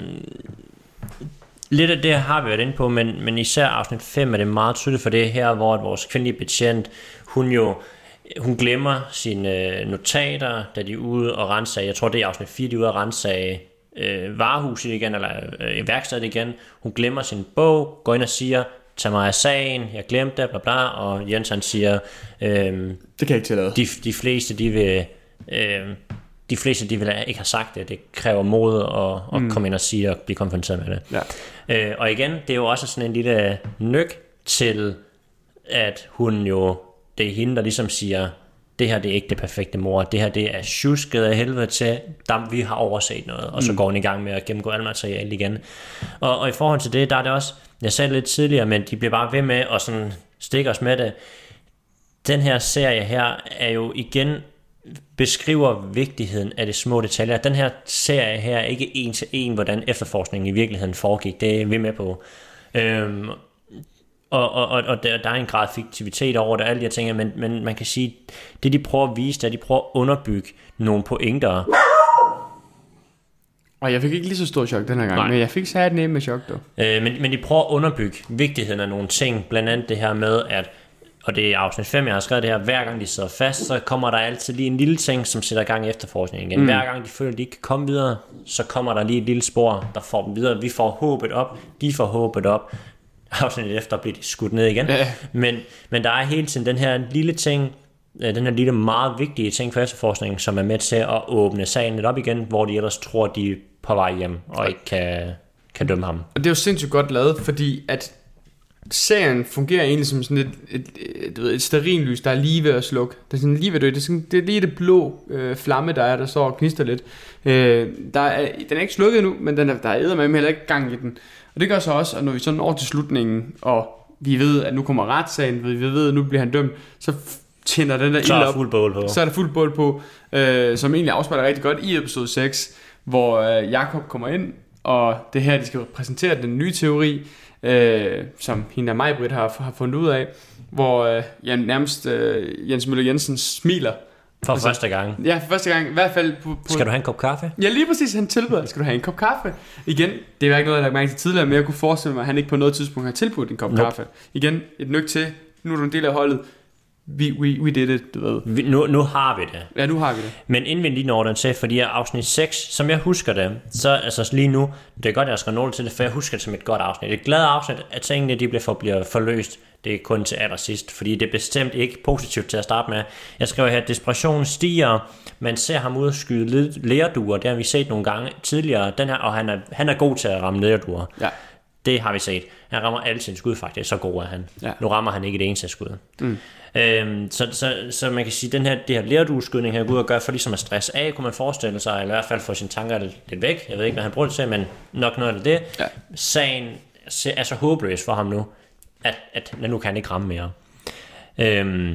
Lidt af det har vi været inde på, men, men især afsnit fem er det meget tydeligt for det her, hvor vores kvindelige betjent, hun jo hun glemmer sine notater, da de er ude og rense. Jeg tror det er afsnit fire, de er ude og rense øh, varehuset igen, eller øh, værkstedet igen. Hun glemmer sin bog, går ind og siger, tag mig af sagen, jeg glemte det, bla bla, og Jens han siger, øh, det kan jeg ikke tillade. De, de fleste, de vil... Øh, De fleste, de vil ikke have sagt det. Det kræver mod at, at mm. komme ind og sige og blive konfronteret med det. Ja. Øh, og igen, det er jo også sådan en lille nyk til, at hun jo, det er hende, der ligesom siger, det her det er ikke det perfekte mor. Det her det er sjusket af helvede til, der vi har overset noget. Og så mm. går hun i gang med at gennemgå alt materiale igen. Og, og i forhold til det, der er det også, jeg sagde lidt tidligere, men de bliver bare ved med at sådan stikke os med det. Den her serie her er jo igen beskriver vigtigheden af de små detaljer. Den her serie her er ikke en til en, hvordan efterforskningen i virkeligheden foregik. Det er vi med på. Øhm, og og, og der, der er en grad fiktivitet over det, alle de her ting, men, men man kan sige, det de prøver at vise, det er, de prøver at underbygge nogle pointer. Og jeg fik ikke lige så stor chok den her gang, Nej. men jeg fik sat ned med chok dog. Øh, men, men de prøver at underbygge vigtigheden af nogle ting, blandt andet det her med, at og det er afsnit fem, jeg har skrevet det her, hver gang de sidder fast, så kommer der altid lige en lille ting, som sætter gang i efterforskningen igen. Mm. Hver gang de føler, at de ikke kan komme videre, så kommer der lige et lille spor, der får dem videre. Vi får håbet op, de får håbet op. Afsnittet efter bliver de skudt ned igen. Ja. Men, men der er hele tiden den her lille ting, den her lille meget vigtige ting for efterforskningen, som er med til at åbne sagen lidt op igen, hvor de ellers tror, de er på vej hjem, og ikke kan, kan dømme ham. Og det er jo sindssygt godt lavet, fordi at serien fungerer egentlig som sådan et, et, et, et, et stearinlys, der er lige ved at slukke. Det er sådan lige ved at dø. Det er, sådan, det er lige det blå øh, flamme, der er, der står og knister lidt. Øh, der er, den er ikke slukket nu, men den er, der er eddermame heller ikke gang i den. Og det gør så også, at når vi sådan når til slutningen, og vi ved, at nu kommer retssagen, vi ved, at nu bliver han dømt, så tænder den der ild op. Fuld bål på. Så er der fuld bål på, øh, som egentlig afspejler rigtig godt i episode seks, hvor øh, Jakob kommer ind, og det her, de skal præsentere den nye teori, Øh, som hende og Maj-Britt har, har fundet ud af, hvor øh, ja, nærmest øh, Jens Møller Jensen smiler For altså, første gang. Ja, for første gang. I hvert fald på, på... Skal du have en kop kaffe? Ja, lige præcis. Han tilbyder, skal du have en kop kaffe? Igen, det er ikke noget, jeg har lagt mærke til tidligere, men jeg kunne forestille mig, at han ikke på noget tidspunkt har tilbudt en kop nope. kaffe. Igen, et nyk til. Nu er du en del af holdet. We, we, we did it, du ved. Vi, nu, nu har vi det. Ja, nu har vi det. Men inden vi lige når den til, fordi afsnit seks, som jeg husker det, så altså lige nu, det er godt, jeg skal nå til det, for jeg husker det som et godt afsnit. Et glad afsnit, at tingene de bliver, for, bliver forløst. Det er kun til allersidst, fordi det er bestemt ikke positivt til at starte med. Jeg skriver her, at desperationen stiger. Man ser ham ud at skyde lerduer. Det har vi set nogle gange tidligere. Den her, og han er, han er god til at ramme lerduer. Ja. Det har vi set. Han rammer alle sine skud faktisk, så god er han. Ja. Nu rammer han ikke det eneste skud. Mm. Øhm, så, så, så man kan sige, den her, det her lerdueskydning her går ud og gør for ligesom at stresse af, kunne man forestille sig, eller i hvert fald få sine tanker lidt væk. Jeg ved ikke, hvad han bruger det til, men nok noget af det. Ja. Sagen er så håbløs for ham nu, at, at nu kan han ikke ramme mere. Øhm,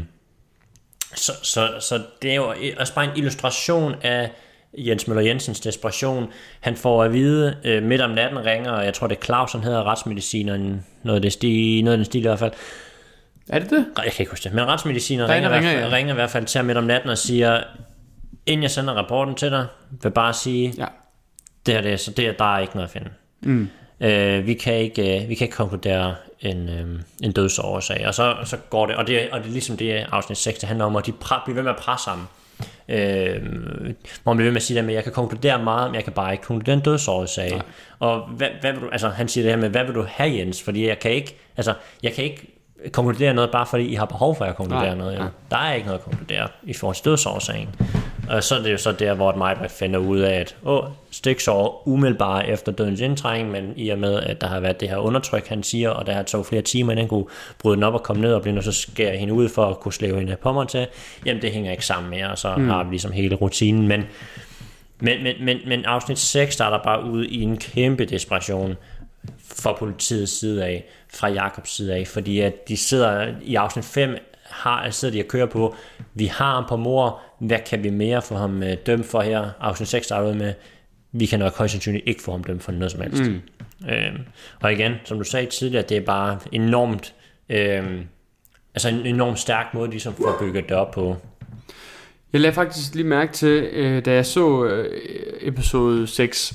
så, så, så det er jo også bare en illustration af Jens Møller Jensens desperation. Han får at vide øh, midt om natten ringer, og jeg tror det er Claus, han hedder retsmedicineren, noget af det stil, noget af den stil i hvert fald. Er det det? Jeg kan ikke huske det, men retsmedicineren ringer, ringer, ringer, ja. ringer i hvert fald til ham midt om natten og siger, inden jeg sender rapporten til dig, vil bare sige, ja. det her det er, så det er, der er ikke noget at finde. Mm. Øh, vi kan ikke øh, vi kan ikke konkludere en øh, en dødsårsag, og så så går det, og det og det er ligesom det afsnit seks, det handler om, at de pre- bliver ved med at presse ham. Øh, hvor man bliver ved med at sige det med, jeg kan konkludere meget, men jeg kan bare ikke konkludere en dødsårsag. Nej. Og hvad, hvad vil du, altså han siger det her med, hvad vil du have, Jens? Fordi jeg kan ikke, altså jeg kan ikke konkludere noget, bare fordi I har behov for at konkludere nej, noget. Ja. Der er ikke noget at konkludere i forhold til dødsårsagen. Og så er det jo så der, hvor Majbert finder ud af, at åh, stiksår umiddelbart efter dødens indtrængning, men i og med, at der har været det her undertryk, han siger, og der har taget flere timer, inden han kunne bryde den op og komme ned og blive, og så skære hende ud for at kunne slæve hende på mig til, jamen det hænger ikke sammen mere, og så mm. har vi ligesom hele rutinen. Men, men, men, men, men afsnit seks starter bare ud i en kæmpe desperation fra politiets side af, fra Jakobs side af, fordi at de sidder i afsnit fem, har, sidder de og kører på, vi har ham på mor, hvad kan vi mere få ham øh, dømt for her? Afsnit seks starter ud med, vi kan nok højst sandsynligt ikke få ham dømt for noget som helst. Mm. Øhm, og igen, som du sagde tidligere, det er bare enormt, øhm, altså en enormt stærk måde, de som får bygget det op på. Jeg lagde faktisk lige mærke til, øh, da jeg så øh, episode seks,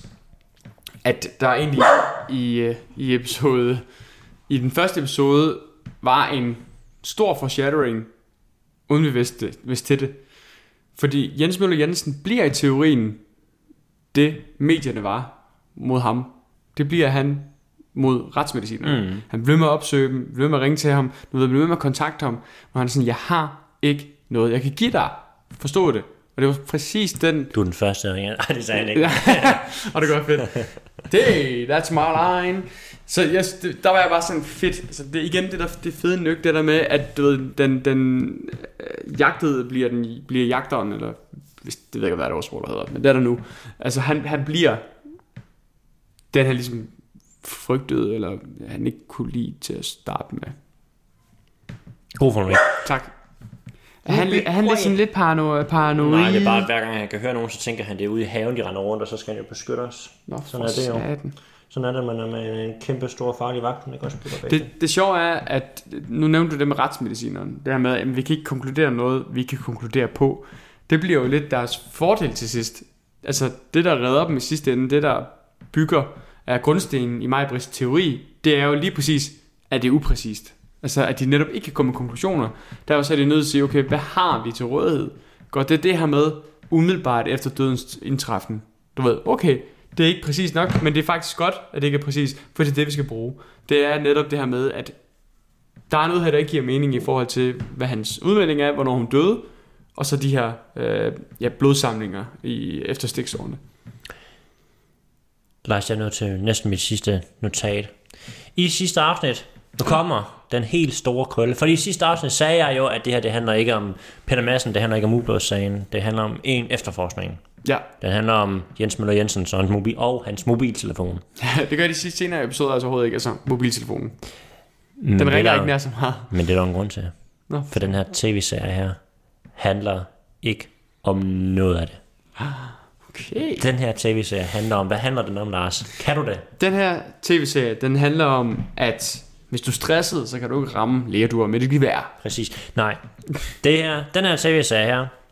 at der egentlig i, øh, i episode, i den første episode, var en stor foreshadowing, uden vi vidste, vidste til det. Fordi Jens Møller Jensen bliver i teorien det medierne var mod ham. Det bliver han mod retsmedicinerne. Mm. Han bliver med at opsøge dem, bliver med at ringe til ham, du ved, bliver med at kontakte ham, og han er sådan, jeg har ikke noget, jeg kan give dig. Forstå det. Og det var præcis den... Du er den første, der ringer. Ej, det sagde han ikke. Og det går fedt. Hey, that's my line. Så jeg, det, der var jeg bare sådan fedt. Så det igen det der det fede nyk, det der med at du ved, den den øh, jagtede bliver den bliver jagteren, eller hvis det ved jeg ikke hvad det ordsprog der hedder, men det er der nu. Altså han han bliver den han ligesom frygtede, eller han ikke kunne lide til at starte med. God for mig. Tak. Er han, er han lidt sådan lidt parano, paranoid? Nej, det er bare, hver gang jeg kan høre nogen, så tænker han, det er ude i haven, de render rundt, og så skal han jo beskytte os. Nå, sådan er det jo. Sådan er det, man er med en kæmpe stor farlig vagt, man ikke også det, det sjove er, at nu nævnte du det med retsmedicineren. Det her med, at vi kan ikke konkludere noget, vi kan konkludere på. Det bliver jo lidt deres fordel til sidst. Altså det, der redder dem i sidste ende, det der bygger af grundstenen i Majbrits teori, det er jo lige præcis, at det er upræcist. Altså at de netop ikke kan komme med konklusioner. Der er jo så de nødt til at sige, okay, hvad har vi til rådighed? Godt, det er det her med umiddelbart efter dødens indtræffen. Du ved, okay, det er ikke præcis nok, men det er faktisk godt, at det ikke er præcis, for det er det, vi skal bruge. Det er netop det her med, at der er noget her, der ikke giver mening i forhold til, hvad hans udmelding er, hvornår hun døde, og så de her øh, ja, blodsamlinger i efter stiksårene. Lars, jeg er nødt til næsten mit sidste notat. I sidste afsnit, nu kommer den helt store krølle. Fordi i sidste afsnit sagde jeg jo, at det her det handler ikke om Peter Madsen, det handler ikke om Ublåssagen, det handler om en efterforskning. Ja. Det handler om Jens Møller Jensen og hans, mobil, og hans mobiltelefon. Ja, det gør de sidste senere episoder altså overhovedet ikke, altså mobiltelefonen. Den men ringer ikke nær så meget. Men det er der en grund til. Nå. For den her tv-serie her handler ikke om noget af det. Okay. Den her tv-serie handler om, hvad handler den om, Lars? Kan du det? Den her tv-serie, den handler om, at hvis du er stresset, så kan du ikke ramme lerduer med det gevær. Præcis. Nej. Det her, den her tv-serie her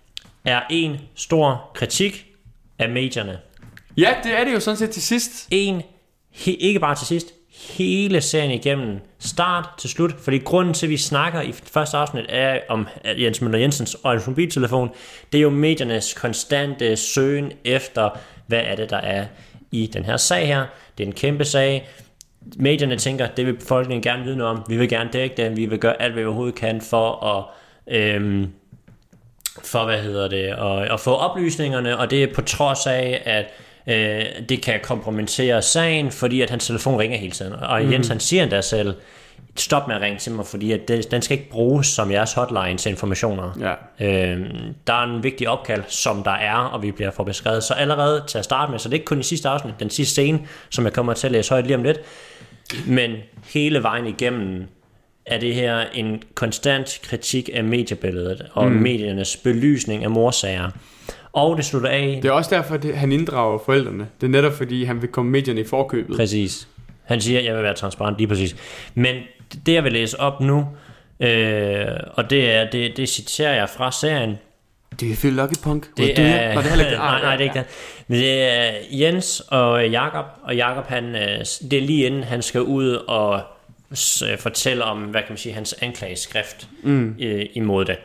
er en stor kritik af medierne. Ja, det er det jo sådan set til sidst. En, he, ikke bare til sidst, hele serien igennem, start til slut, fordi grunden til, at vi snakker i første afsnit er om Jens Møller Jensens og en mobiltelefon, det er jo mediernes konstante søgen efter, hvad er det, der er i den her sag her. Det er en kæmpe sag. Medierne tænker, det vil befolkningen gerne vide noget om. Vi vil gerne dække det. Vi vil gøre alt, hvad vi overhovedet kan for at, øhm, for hvad hedder det, og, at få oplysningerne, og det er på trods af, at øh, det kan kompromittere sagen, fordi at hans telefon ringer hele tiden. Og mm. Jens han siger endda selv, stop med at ringe til mig, fordi at det, den skal ikke bruges som jeres hotline til informationer. Ja. Øhm, der er en vigtig opkald, som der er, og vi bliver for beskrevet. Så allerede til at starte med, så det er ikke kun i sidste afsnit, den sidste scene, som jeg kommer til at læse højt lige om lidt, men hele vejen igennem er det her en konstant kritik af mediebilledet og mm. mediernes belysning af morsager. Og det slutter af. Det er også derfor, at han inddrager forældrene. Det er netop fordi, han vil komme medierne i forkøbet. Præcis. Han siger, at jeg vil være transparent, lige præcis. Men det, jeg vil læse op nu, øh, og det er, det, det citerer jeg fra serien. Det er Phil Lucky Punk. Det er, nej, det er ikke det. Nej, nej, det er ikke det. Men det er Jens og Jakob, og Jakob, han, det er lige inden han skal ud og fortælle om, hvad kan man sige, hans anklageskrift mm. imod det.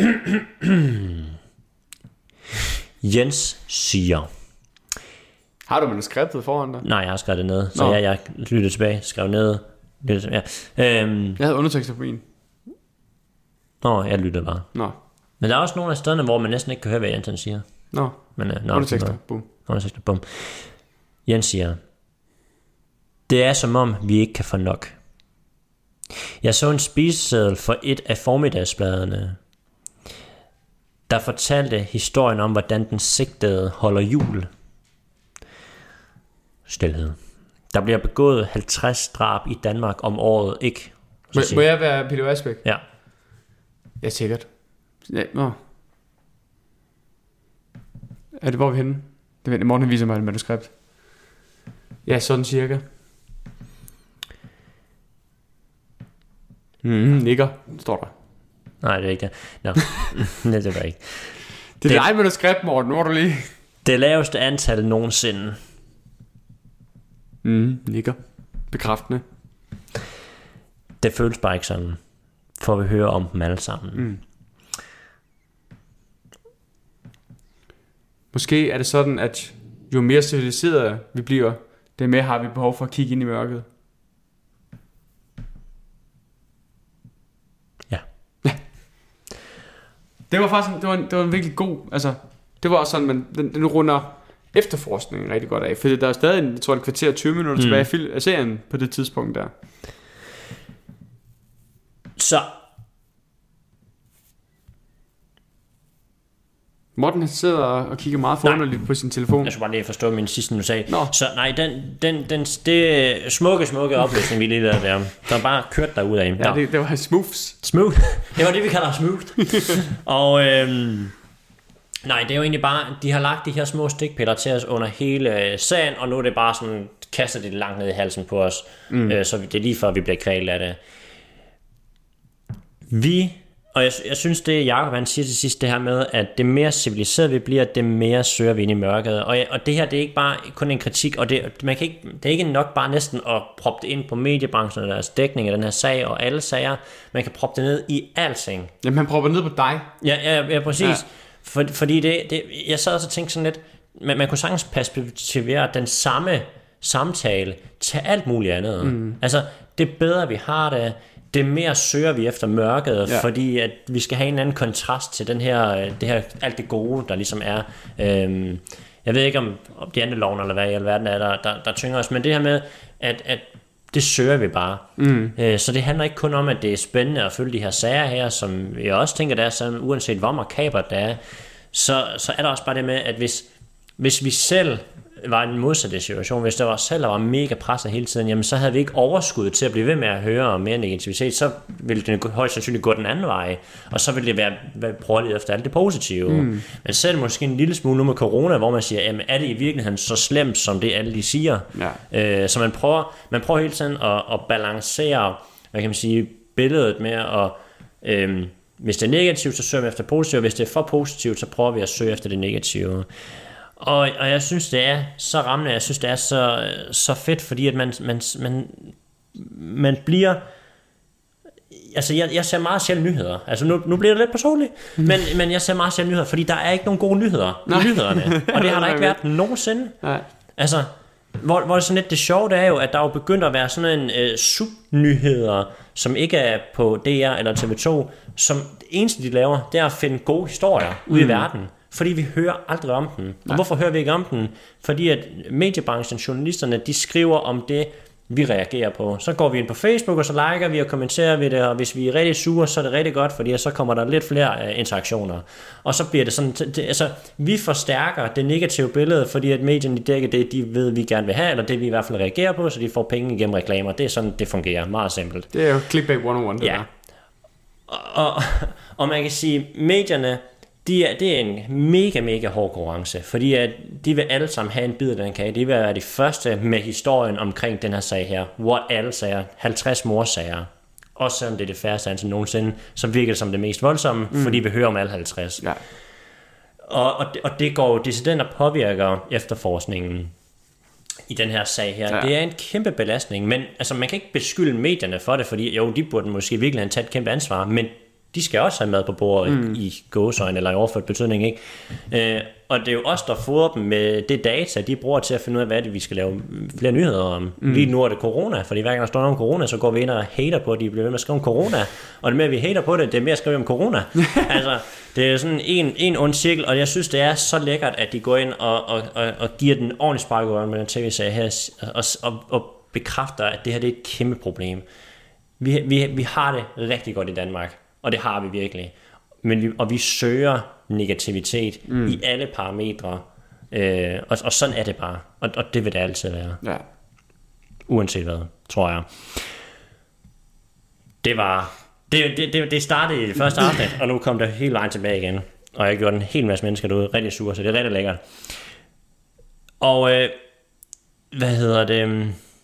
Jens siger. Har du manuskriptet foran dig? Nej, jeg har skrevet det ned. Så jeg, jeg lyttede tilbage, skrev ned. Ja. Øhm, jeg havde undertekster på min. Nå, jeg lyttede bare. Nå. Men der er også nogle af stederne, hvor man næsten ikke kan høre, hvad Jens siger. Nå. Men, uh, nå undertekster, bum. Undertekster, bum. Jens siger, det er som om, vi ikke kan få nok. Jeg så en spiseseddel for et af formiddagsbladene, der fortalte historien om, hvordan den sigtede holder jul. Stilhed. Der bliver begået halvtreds drab i Danmark om året, ikke? Må, må jeg være Peter Asbæk? Ja. Ja, sikkert. Ja, nå. Er det, hvor er vi henne? Det er Morten, viser mig et manuskript. Ja, sådan cirka. Mm, nikker, står der. Nej, det er ikke det. Nå, det er det ikke. Det er det, dit manuskript, Morten, hvor du lige... Det laveste antal nogensinde. Mm, nikker. Bekræftende. Det føles bare ikke sådan. For vi hører om dem alle sammen. Mm. Måske er det sådan, at jo mere civiliseret vi bliver, det mere har vi behov for at kigge ind i mørket. Ja. Ja. Det var faktisk en, det var en, det var en virkelig god, altså det var også sådan, man den, den runder efterforskningen rigtig godt af, for der er stadig, jeg tror, et kvarter tyve minutter mm. tilbage af serien på det tidspunkt der. Så Morten sidder og kigger meget forunderligt på sin telefon. Jeg skal bare lige forstå min sidste nu sag. Nå. Så nej, den, den, den, det smukke, smukke opløsning, vi lige der der, der bare kørt derud af. Ja, det, det var smooth. Smooth. Det var det, vi kalder smooth. Og øhm, nej, det er jo egentlig bare, de har lagt de her små stikpiller til os under hele sagen, og nu er det bare sådan, kaster det langt ned i halsen på os, mm. øh, så det er lige før, vi bliver kvælet af det. Vi, og jeg, jeg synes det Jacob han siger til sidst, det her med, at det mere civiliseret vi bliver, det mere søger vi ind i mørket, og, og det her, det er ikke bare kun en kritik, og det, man kan ikke, det er ikke nok bare næsten at proppe det ind på mediebranchen og deres dækning af den her sag, og alle sager, man kan proppe det ned i alting. Jamen han propper ned på dig. Ja, ja, ja præcis. Ja. For, fordi det, det, jeg sad også og tænkte sådan lidt, man, man kunne sagtens perspektivere den samme samtale til alt muligt andet. Mm. Altså, det bedre vi har det, det mere søger vi efter mørket, ja. Fordi at vi skal have en anden kontrast til den her, det her, alt det gode, der ligesom er. Øhm, jeg ved ikke, om, om de andre loven, eller hvad i alverden er, der, der, der tynger os, men det her med, at, at det søger vi bare. Mm. Øh, så det handler ikke kun om, at det er spændende at følge de her sager her, som jeg også tænker, der er sådan, uanset hvor makabert det er, så, så er der også bare det med, at hvis, hvis vi selv var i en modsatte situation, hvis det var os selv, der var mega presset hele tiden, jamen så havde vi ikke overskud til at blive ved med at høre om mere negativitet, så ville det højst sandsynligt gå den anden vej, og så ville det være, være prøve lidt efter alt det positive. Mm. Men selv måske en lille smule nu med corona, hvor man siger, jamen er det i virkeligheden så slemt, som det alle de siger? Ja. Øh, så man prøver, man prøver hele tiden at, at balancere, hvad kan man sige, billedet med at, øh, hvis det er negativt, så søger vi efter positivt, hvis det er for positivt, så prøver vi at søge efter det negative. Og, og jeg synes, det er så rammende, jeg synes, det er så, så fedt, fordi at man, man, man, man bliver... Altså, jeg, jeg ser meget sjældent nyheder. Altså, nu, nu bliver det lidt personligt, mm. men, men jeg ser meget sjældent nyheder, fordi der er ikke nogen gode nyheder i nyhederne. Og det har der ikke været nogensinde. Nej. Altså, hvor, hvor det sådan lidt det sjove, det er jo, at der er jo begyndt at være sådan en øh, subnyheder, som ikke er på D R eller T V to, som det eneste, de laver, det er at finde gode historier ude mm. i verden. Fordi vi hører aldrig om den. Og hvorfor hører vi ikke om den? Fordi at mediebranchen, journalisterne, de skriver om det, vi reagerer på. Så går vi ind på Facebook, og så liker vi og kommenterer vi det, og hvis vi er rigtig sure, så er det rigtig godt, fordi så kommer der lidt flere uh, interaktioner. Og så bliver det sådan, det, altså, vi forstærker det negative billede, fordi at medierne dækker det, de ved, vi gerne vil have, eller det vi i hvert fald reagerer på, så de får penge igennem reklamer. Det er sådan, det fungerer. Meget simpelt. Det er jo clickbait et nul et, det ja. der. Og, og, og man kan sige, medierne, De er, det er en mega, mega hård konkurrence, fordi at de vil alle sammen have en bid af den kage. De vil være de første med historien omkring den her sag her, hvor alle sager, halvtreds morsager, også selvom det er det færreste antal nogensinde, så virker det som det mest voldsomme, mm. fordi vi hører om alle halvtreds. Ja. Og, og, det, og det går jo decident og påvirker efterforskningen i den her sag her. Ja. Det er en kæmpe belastning, men altså, man kan ikke beskylde medierne for det, fordi jo, de burde måske virkelig have taget et kæmpe ansvar, men de skal også have mad på bordet mm. i gåseøjne eller i overført betydning, ikke? Øh, og det er jo os, der fodrer dem med det data, de bruger til at finde ud af, hvad det vi skal lave flere nyheder om. Mm. Lige nu er det corona, fordi hver gang der står noget om corona, så går vi ind og hater på, at de bliver ved med at skrive om corona. Og det mere vi hater på det, det er mere at skrive om corona. Altså, det er sådan en, en ond cirkel, og jeg synes, det er så lækkert, at de går ind og, og, og, og giver den ordentligt spark over med den tv-serie her, og, og, og bekræfter, at det her det er et kæmpe problem. Vi, vi, vi har det rigtig godt i Danmark. Og det har vi virkelig. Men vi, og vi søger negativitet mm. i alle parametre. Øh, og, og sådan er det bare. Og, og det vil det altid være. Ja. Uanset hvad, tror jeg. Det var... Det, det, det, det startede i det første afsnit, og nu kom det helt vejen tilbage igen. Og jeg gjorde en hel masse mennesker derude rigtig sure, så det er rigtig lækkert. Og... Øh, hvad hedder det...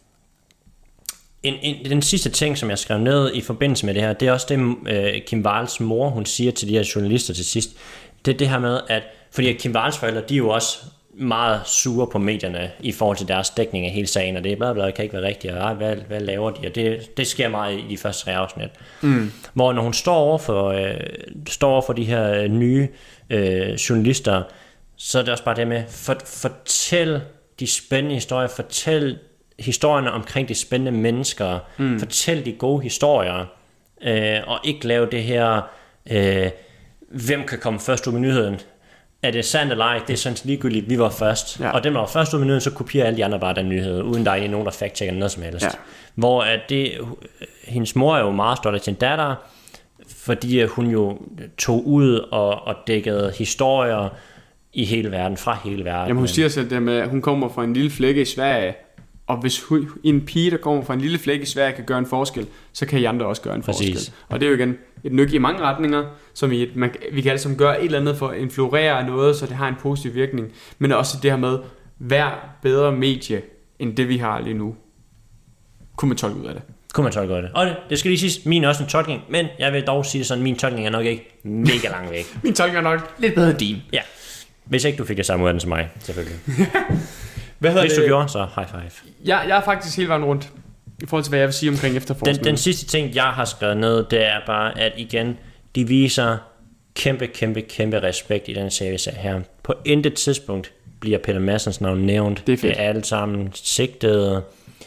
En, en, den sidste ting, som jeg skrev ned i forbindelse med det her, det er også det, øh, Kim Wahls mor, hun siger til de her journalister til sidst. Det er det her med, at fordi Kim Wahls forældre, de er jo også meget sure på medierne i forhold til deres dækning af hele sagen, og det er bla bla, kan ikke være rigtigt, og hvad, hvad laver de? Og det, det sker meget i de første tre afsnit. Mm. Hvor når hun står over for, øh, står over for de her nye øh, journalister, så er det også bare det med, for, fortæl de spændende historier, fortæl historierne omkring de spændende mennesker, mm. fortæl de gode historier, øh, og ikke lave det her, øh, hvem kan komme først ud med nyheden. Er det sandt eller ej? Det er sådan ligegyldigt, vi var først. Ja. Og dem, der var først ud med nyheden, så kopierer alle de andre bare den nyhed, uden der er nogen, der fact-checker noget som helst. Ja. Hvor at det, hendes mor er jo meget stolt af sin datter, fordi hun jo tog ud og, og dækkede historier i hele verden, fra hele verden. Jamen hun siger selv det med, at hun kommer fra en lille flække i Sverige, og hvis hun, en pige, der kommer fra en lille flække i Sverige, kan gøre en forskel, så kan I andre også gøre en Præcis. forskel. Og det er jo igen et nyk i mange retninger, som vi, man, vi kan altså gøre et eller andet for at influere noget, så det har en positiv virkning. Men også det her med, vær bedre medie, end det vi har lige nu. Kunne man tolke ud af det? Kunne man tolke ud af det. Og det, det skal lige siges, min er også en tolkning, men jeg vil dog sige det sådan, min tolkning er nok ikke mega langt væk. Min tolkning er nok lidt bedre end din. Ja, hvis ikke du fik det samme ud af den som mig, selvfølgelig. Hvad Hvis du det? gjorde, så high five. Jeg, jeg er faktisk hele vejen rundt i forhold til, hvad jeg vil sige omkring efterforskning. Den, den sidste ting, jeg har skrevet ned, det er bare, at igen, de viser kæmpe, kæmpe, kæmpe respekt i den serie her. På intet tidspunkt bliver Peter Madsens navn nævnt. Det er, det er alle sammen sigtede.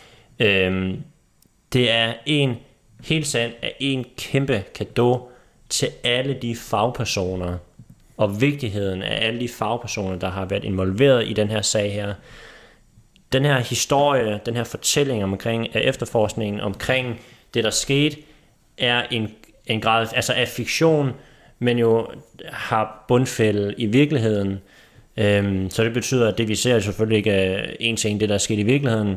Øhm, det er en helt sandt af en kæmpe cadeau til alle de fagpersoner, og vigtigheden af alle de fagpersoner, der har været involveret i den her sag her. Den her historie, den her fortælling omkring af efterforskningen, omkring det, der skete, er en, en grad altså af fiktion, men jo har bundfælde i virkeligheden. Øhm, så det betyder, at det vi ser selvfølgelig ikke er en til en det, der er sket i virkeligheden,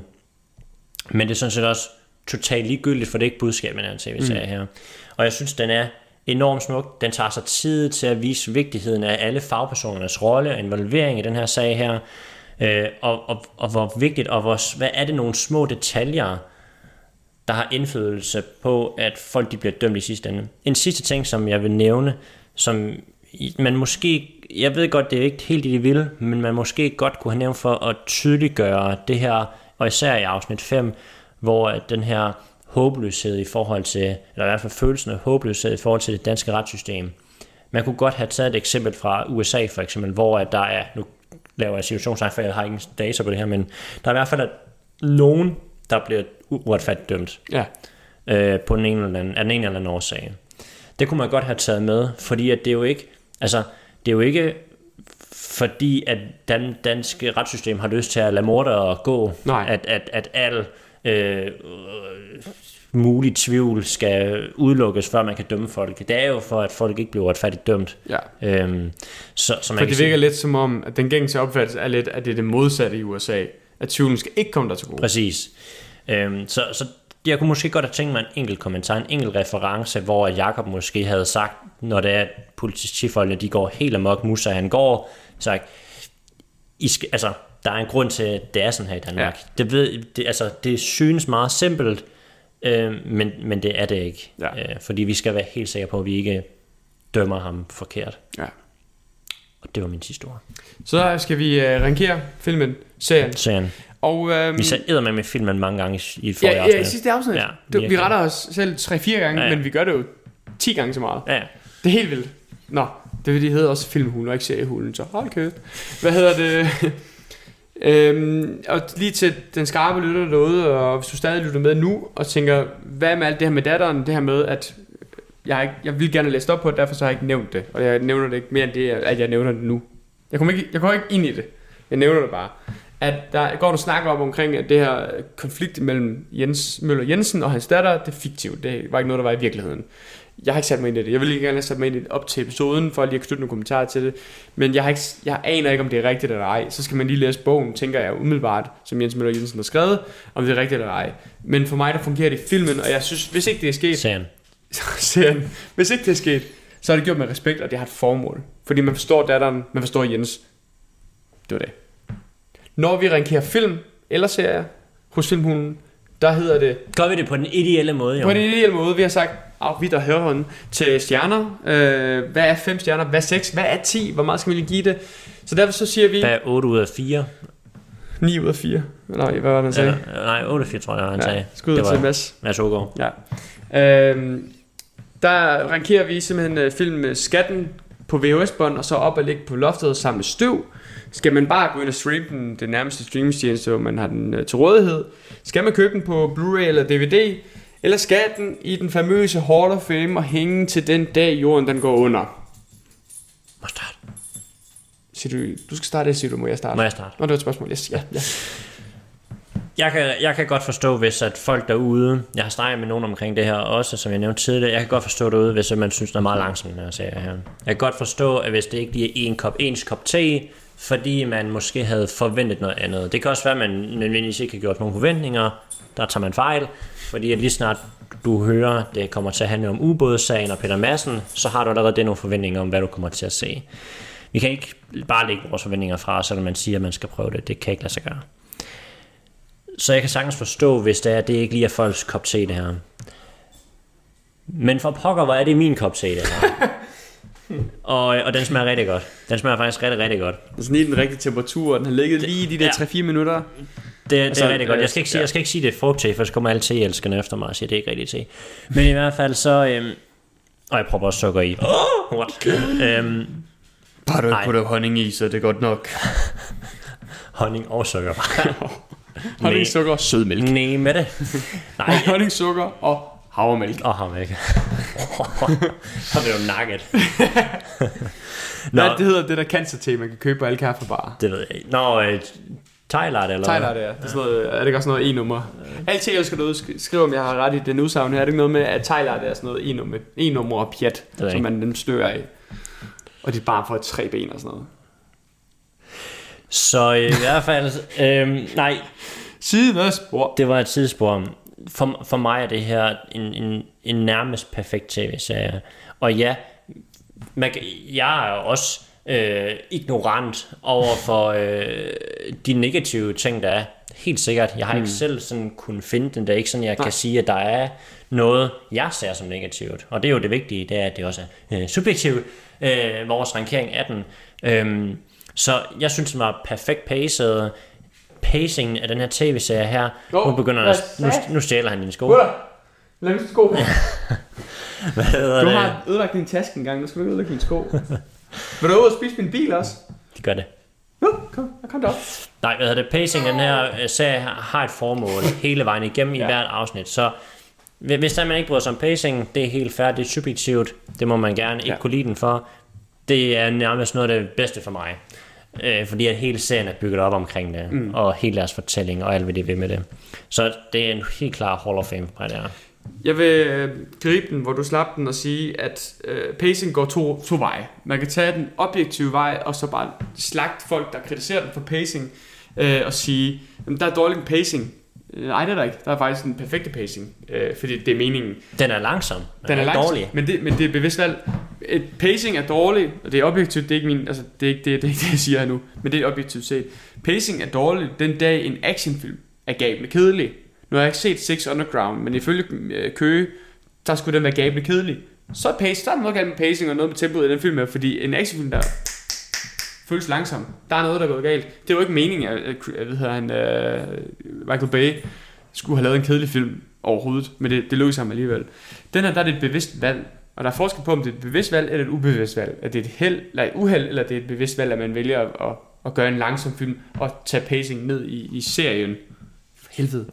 men det er sådan set også totalt ligegyldigt, for det er ikke budskabet af en tv-serie her. Og jeg synes, den er enormt smuk. Den tager sig tid til at vise vigtigheden af alle fagpersonernes rolle og involvering i den her sag her. Øh, og, og, og hvor vigtigt, og hvor, hvad er det nogle små detaljer, der har indflydelse på, at folk de bliver dømt i sidste ende. En sidste ting, som jeg vil nævne, som man måske, jeg ved godt, det er ikke helt det, de vil, men man måske godt kunne have nævnt for at tydeliggøre det her, og især i afsnit fem, hvor den her håbløshed i forhold til, eller i hvert fald følelsen af håbløshed i forhold til det danske retssystem. Man kunne godt have taget et eksempel fra U S A for eksempel, hvor at der er, nu laver jeg situationstegn, for jeg har ingen data på det her, men der er i hvert fald nogen, der bliver uretfærdigt dømt. Ja. Øh, på den ene eller anden, af den ene eller anden årsag. Det kunne man godt have taget med, fordi at det er jo ikke, altså det er jo ikke fordi at den danske retssystem har lyst til at lade mordere gå, Nej. at at at al øh, mulig tvivl skal udelukkes, før man kan dømme folk. Det er jo for, at folk ikke bliver retfærdigt dømt. Ja. Øhm, så, så man For kan det virker sige, lidt som om, at den gængse opfattelse er lidt, at det er det modsatte i U S A. At tvivlen skal ikke komme der til gode. Præcis. Øhm, så, så jeg kunne måske godt have tænkt mig en enkelt kommentar, en enkelt reference, hvor Jakob måske havde sagt, når det er, at politifolkene de går helt amok, Musa han går, sagt, I skal, altså, der er en grund til, at det er sådan her i Danmark. Ja. Det, ved, det, altså, det synes meget simpelt, øh, men, men det er det ikke. Ja. Øh, fordi vi skal være helt sikre på, at vi ikke dømmer ham forkert. Ja. Og det var min sidste ord. Så skal vi uh, rankere filmen, serien. Serien. Og, øhm, vi sagde eddermand med filmen mange gange i, i forrige ja, afsnit. Ja, i sidste afsnit. Ja, du, vi retter os selv tre-fire gange, ja, ja. Men vi gør det jo ti gange så meget. Ja. Det er helt vildt. Nå, det vil de hedder også filmhulen og ikke seriehulen, så hold kæft. Hvad hedder det? øhm, og lige til den skarpe lytter derude, og hvis du stadig lytter med nu og tænker, hvad med alt det her med datteren, det her med, at jeg, ikke, jeg vil gerne læse op på det, derfor så har jeg ikke nævnt det. Og jeg nævner det ikke mere end det, at jeg nævner det nu. Jeg kommer ikke, jeg kommer ikke ind i det. Jeg nævner det bare. At der går du snakker om omkring, at det her konflikt mellem Jens Møller Jensen og hans datter, det er fiktivt. Det var ikke noget, der var i virkeligheden. Jeg har ikke sat mig ind i det. Jeg vil ikke gerne have sat mig ind i det op til episoden, for lige at knytte nogle kommentarer til det. Men jeg, har ikke, jeg aner ikke, om det er rigtigt eller ej. Så skal man lige læse bogen, tænker jeg umiddelbart, som Jens Møller Jensen har skrevet, om det er rigtigt eller ej. Men for mig, der fungerer det i filmen, og jeg synes, hvis ikke det er sket... Serien. Serien. Hvis ikke det er sket, så er det gjort med respekt, og det har et formål. Fordi man forstår datteren, man forstår Jens. Det var det. Når vi rankerer film eller serier hos Filmhulen, der hedder det... Gør vi det på den ideelle måde, jo? På den ideelle måde. Vi har sagt, af vidt og hørhånden til stjerner. Øh, hvad er fem stjerner? Hvad er seks? Hvad er ti? Hvor meget skal vi lige give det? Så derfor så siger vi... Hvad er otte ud af fire? ni ud af fire. Nej, hvad var det, han sagde? Ja, nej, otte ud af fire, tror jeg, han ja, sagde. Skud til Mads. Mads Ågaard. Ja. Øh, der rankerer vi simpelthen film Skatten på V H S-bånd, og så op og ligge på loftet og samle støv. Skal man bare gå ind og streame den, det nærmeste streamingstjeneste, hvor man har den uh, til rådighed? Skal man købe den på Blu-ray eller D V D? Eller skal den i den famøse Hall of Fame og hænge til den dag jorden den går under? Må starte. Siger du, du skal starte, siger du, må jeg starte? Må jeg starte? Nå, det var et spørgsmål, yes, ja, ja. Jeg kan, jeg kan godt forstå, hvis at folk derude, jeg har snakket med nogen omkring det her også, som jeg nævnte tidligere, jeg kan godt forstå derude, hvis man synes, det er meget langsomt, når jeg siger her. Jeg kan godt forstå, at hvis det ikke lige er en kop, ens kop te, fordi man måske havde forventet noget andet. Det kan også være, at man nødvendigvis ikke har gjort nogen forventninger, der tager man fejl, fordi at lige snart du hører, det kommer til at handle om ubådssagen og Peter Madsen, så har du allerede det nogle forventninger om, hvad du kommer til at se. Vi kan ikke bare lægge vores forventninger fra, selvom man siger, at man skal prøve det. Det kan ikke lade sig gøre. Så jeg kan sagtens forstå, hvis det er, det ikke lige er folks kop te, det her. Men for pokker, hvor er det min kop te, det her? og, og den smager rigtig godt. Den smager faktisk rigtig, rigtig godt. Det er sådan lige den rigtige temperatur, den har ligget lige i de der ja. tre-fire minutter. Det, det altså, er rigtig godt. Jeg skal ikke sige, ja. jeg skal ikke sige det er frugt-te, for så kommer alle te-elskerne efter mig og siger, det er ikke rigtig te. Men i hvert fald så... Øhm, og jeg prøver også sukker i. Oh, what? øhm, bare du ikke putter honning i, så det er godt nok. Honning og sukker. Honning, sukker og sødmælk. Nej med det. Nej, honning, sukker og havremælk. Og havremælk. Så er det jo nugget. Hvad det hedder det der cancer-te, man kan købe på alle kaffebarer? Det ved jeg ikke. Nå, øh, Thailatte eller Thailatte, ja. Det er, sådan noget, er det ikke også noget e-nummer? Alle te elsker derude, skriver om jeg har ret i den udsagn her. Er det ikke noget med, at Thailatte er sådan noget e-nummer, e-nummer og pjat, som man den stører af? Og de bare får tre ben og sådan noget. Så i hvert fald øh, nej, sidespor. Det var et sidespor. For, for mig er det her en, en, en nærmest perfekt tv-serie. Og ja, man, jeg er også øh, ignorant over for øh, de negative ting, der er. helt sikkert. Jeg har mm. ikke selv sådan kunnet finde den. Det er ikke sådan, jeg Nej. kan sige, at der er noget, jeg ser som negativt. Og det er jo det vigtige, det er, at det også er øh, subjektivt, øh, vores rankering af den. Øhm, så jeg synes, den var perfekt paced. Pacingen af den her tv-serie her, oh, nu begynder han, nu, nu stjæler han dine sko. Lad mig sko. Du har ødelagt din taske en gang, nu skal du ikke ødelægge dine sko. Vil du ud og spise min bil også? Det gør det. Nu, kom, jeg kom derop. Nej, hvad hedder det? Pacing af den her serie har et formål hele vejen igennem ja. i hvert afsnit. Så hvis der man ikke bryder sig om pacing, det er helt fair, det er subjektivt. Det må man gerne ikke ja. kunne lide den for. Det er nærmest noget af det bedste for mig. Øh, fordi at hele serien er bygget op omkring det mm. og hele deres fortælling og alt hvad de vil med det. Så det er en helt klar Hall of Fame på det her. Jeg vil øh, gribe den, hvor du slap den og sige, at øh, pacing går to, to veje. Man kan tage den objektive vej og så bare slagte folk, der kritiserer den for pacing øh, og sige, at der er dårlig pacing. Nej, det er der ikke. Der er faktisk en perfekte pacing, øh, fordi det er meningen. Den er langsom. Den, den er, er langsom, dårlig. Men det, men det er bevidst valg. Et pacing er dårlig, og det er objektivt, det er ikke min, altså det er ikke det, det, er ikke det jeg siger her nu, men det er objektivt set. Pacing er dårlig den dag en actionfilm er gabende kedelig. Nu har jeg ikke set Six Underground, men ifølge øh, Køge, der skulle den være gabende kedelig. Så er pace, der er noget galt med pacing og noget med tempoet i den film her, fordi en actionfilm der føles langsom. Der er noget, der er gået galt. Det var ikke meningen, at, at, at hvad hedder han, øh, Michael Bay skulle have lavet en kedelig film overhovedet, men det, det lykkedes ham alligevel. Den her, der er det et bevidst valg, og der er forskel på, om det er et bevidst valg eller et ubevidst valg. At det er et, held, eller et uheld, eller det er et bevidst valg, at man vælger at, at, at gøre en langsom film og tage pacing ned i, i serien. Helvede.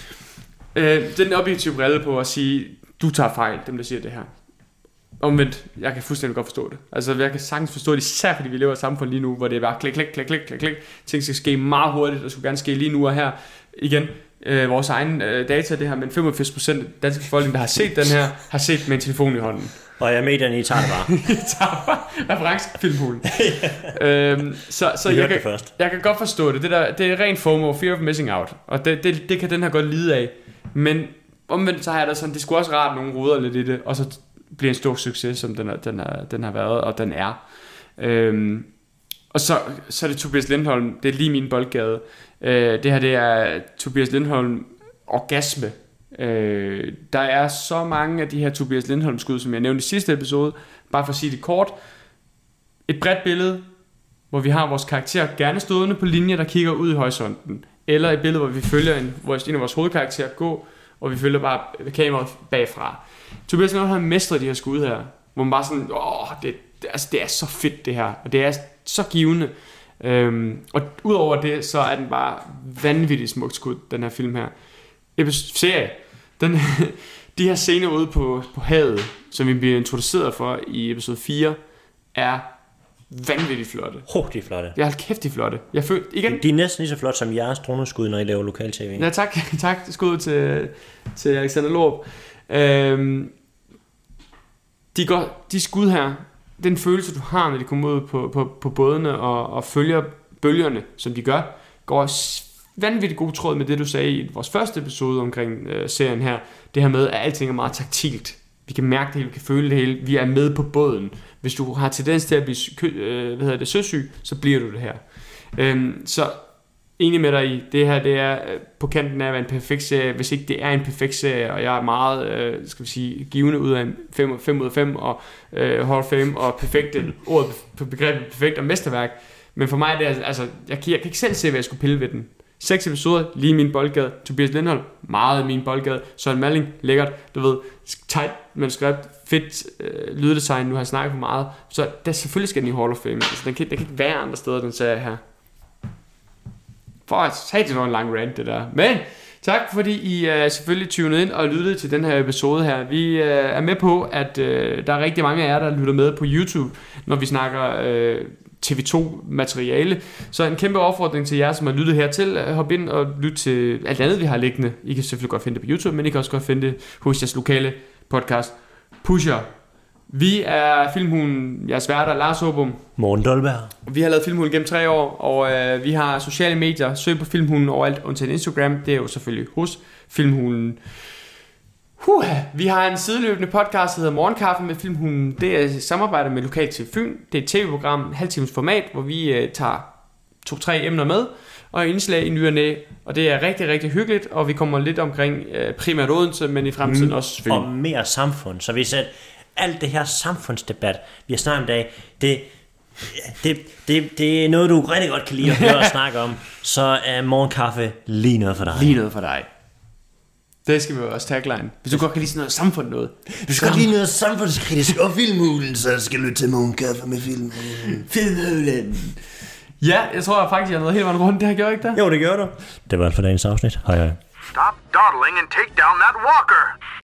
øh, den objektive brille på at sige, du tager fejl, dem der siger det her. Omvendt, jeg kan fuldstændig godt forstå det. Altså, jeg kan sagtens forstå det, især fordi vi lever i et samfund lige nu, hvor det er bare klik, klik, klik, klik, klik, klik. Ting skal ske meget hurtigt, og skulle gerne ske lige nu og her. Igen, øh, vores egen øh, data, det her, men femogfirs procent af danske befolkning, der har set den her, har set med en telefon i hånden. Og jeg medierne, I tager det bare. I tager bare referencefilmhulen. øhm, så så jeg, kan, jeg kan godt forstå det. Det, der, det er rent FOMO, fear of missing out. Og det, det, det kan den her godt lide af. Men omvendt, så har jeg da sådan, det skulle også rart, nogen ruder lidt i det, og så bliver en stor succes, som den, er, den, er, den har været, og den er. Øhm, og så, så er det Tobias Lindholm, det er lige min boldgade. Øh, det her, det er Tobias Lindholm orgasme. Øh, der er så mange af de her Tobias Lindholm skud, som jeg nævnte i sidste episode. Bare for at sige det kort. Et bredt billede, hvor vi har vores karakter gerne stående på linje, der kigger ud i horisonten. Eller et billede, hvor vi følger en, en af vores hovedkarakterer gå, og vi følger bare kameraet bagfra. Tobias Lindholm har mestret de her skud her, hvor man bare sådan, åh, det, det, altså, det er så fedt det her, og det er så givende. Øhm, og udover det, så er den bare vanvittigt smukt skud, den her film her. Serie, den, de her scener ude på, på havet, som vi bliver introduceret for i episode fire, er vanvittigt flotte. Ho, de er flotte. Jeg har kæft, de er flotte. Jeg føl, igen. De er næsten lige så flotte som jeres droneskud, når I laver lokal tv. Ja, tak. Tak. Det skud til, til Alexander Lorup. Øhm, de, går, de skud her, den følelse, du har, når de kommer ud på, på, på bådene og, og følger bølgerne, som de gør, går vanvittigt god tråd med det, du sagde i vores første episode omkring øh, serien her. Det her med, at alting er meget taktilt. Vi kan mærke det hele, vi kan føle det hele. Vi er med på båden. Hvis du har tendens til at blive kø, øh, hvad hedder det, søsyg, så bliver du det her. Øhm, så enig med dig i, det her det er på kanten af at være en perfekt serie, hvis ikke det er en perfekt serie, og jeg er meget, øh, skal vi sige, givende ud af en fem ud af fem, og øh, Hall of Fame, og perfekte, ordet på begrebet perfekt og mesterværk. Men for mig, det er, altså, jeg kan, jeg kan ikke selv se, hvad jeg skulle pille ved den. Seks episoder, lige min boldgade. Tobias Lindholm, meget min boldgade. Søren Malling, lækkert, du ved, tight manuskript, fedt øh, lyddesign, nu har jeg snakket for meget. Så der selvfølgelig skal den i Hall of Fame. Altså, den kan, den kan ikke være andre steder, den serie her. For at sige det var en lang rant, det der. Men tak fordi I uh, selvfølgelig tunede ind og lyttede til den her episode her. Vi uh, er med på, at uh, der er rigtig mange af jer, der lytter med på YouTube, når vi snakker uh, T V to materiale. Så en kæmpe opfordring til jer, som har lyttet hertil. Hop ind og lyt til alt andet, vi har liggende. I kan selvfølgelig godt finde det på YouTube, men I kan også godt finde det hos jeres lokale podcast Pusher. Vi er Filmhulen, jeres værter, Lars Håbum, Morten Dolberg. Vi har lavet Filmhulen gennem tre år, og øh, vi har sociale medier. Søg på Filmhulen overalt, undtagen Instagram. Det er jo selvfølgelig hos Filmhulen. Huh. Vi har en sideløbende podcast, der hedder Morgenkaffen med Filmhulen. Det er et samarbejde med Lokal T V Fyn. Det er et tv-program, halvtimes format, hvor vi øh, tager to-tre emner med, og indslag i ny og næ, og det er rigtig, rigtig hyggeligt, og vi kommer lidt omkring øh, primært Odense, men i fremtiden mm. også og mere samfund. Så hvis at alt det her samfundsdebat, vi har snakket om i dag, det, det, det, det er noget, du rigtig godt kan lide at høre og snakke om, så er morgenkaffe lige noget for dig. Lige noget for dig. Det skal vi også tagline. Hvis du godt kan lide sådan noget samfund noget. Du skal godt lide noget samfundskritisk og filmhulen, så skal du til morgenkaffe med filmhulen. Filmhulen. Ja, jeg tror jeg faktisk, jeg har noget helt vejen rundt. Det har gjort ikke det? Jo, det gør du. Det var alt for dagens afsnit. Hej hej. Stop dawdling and take down that walker.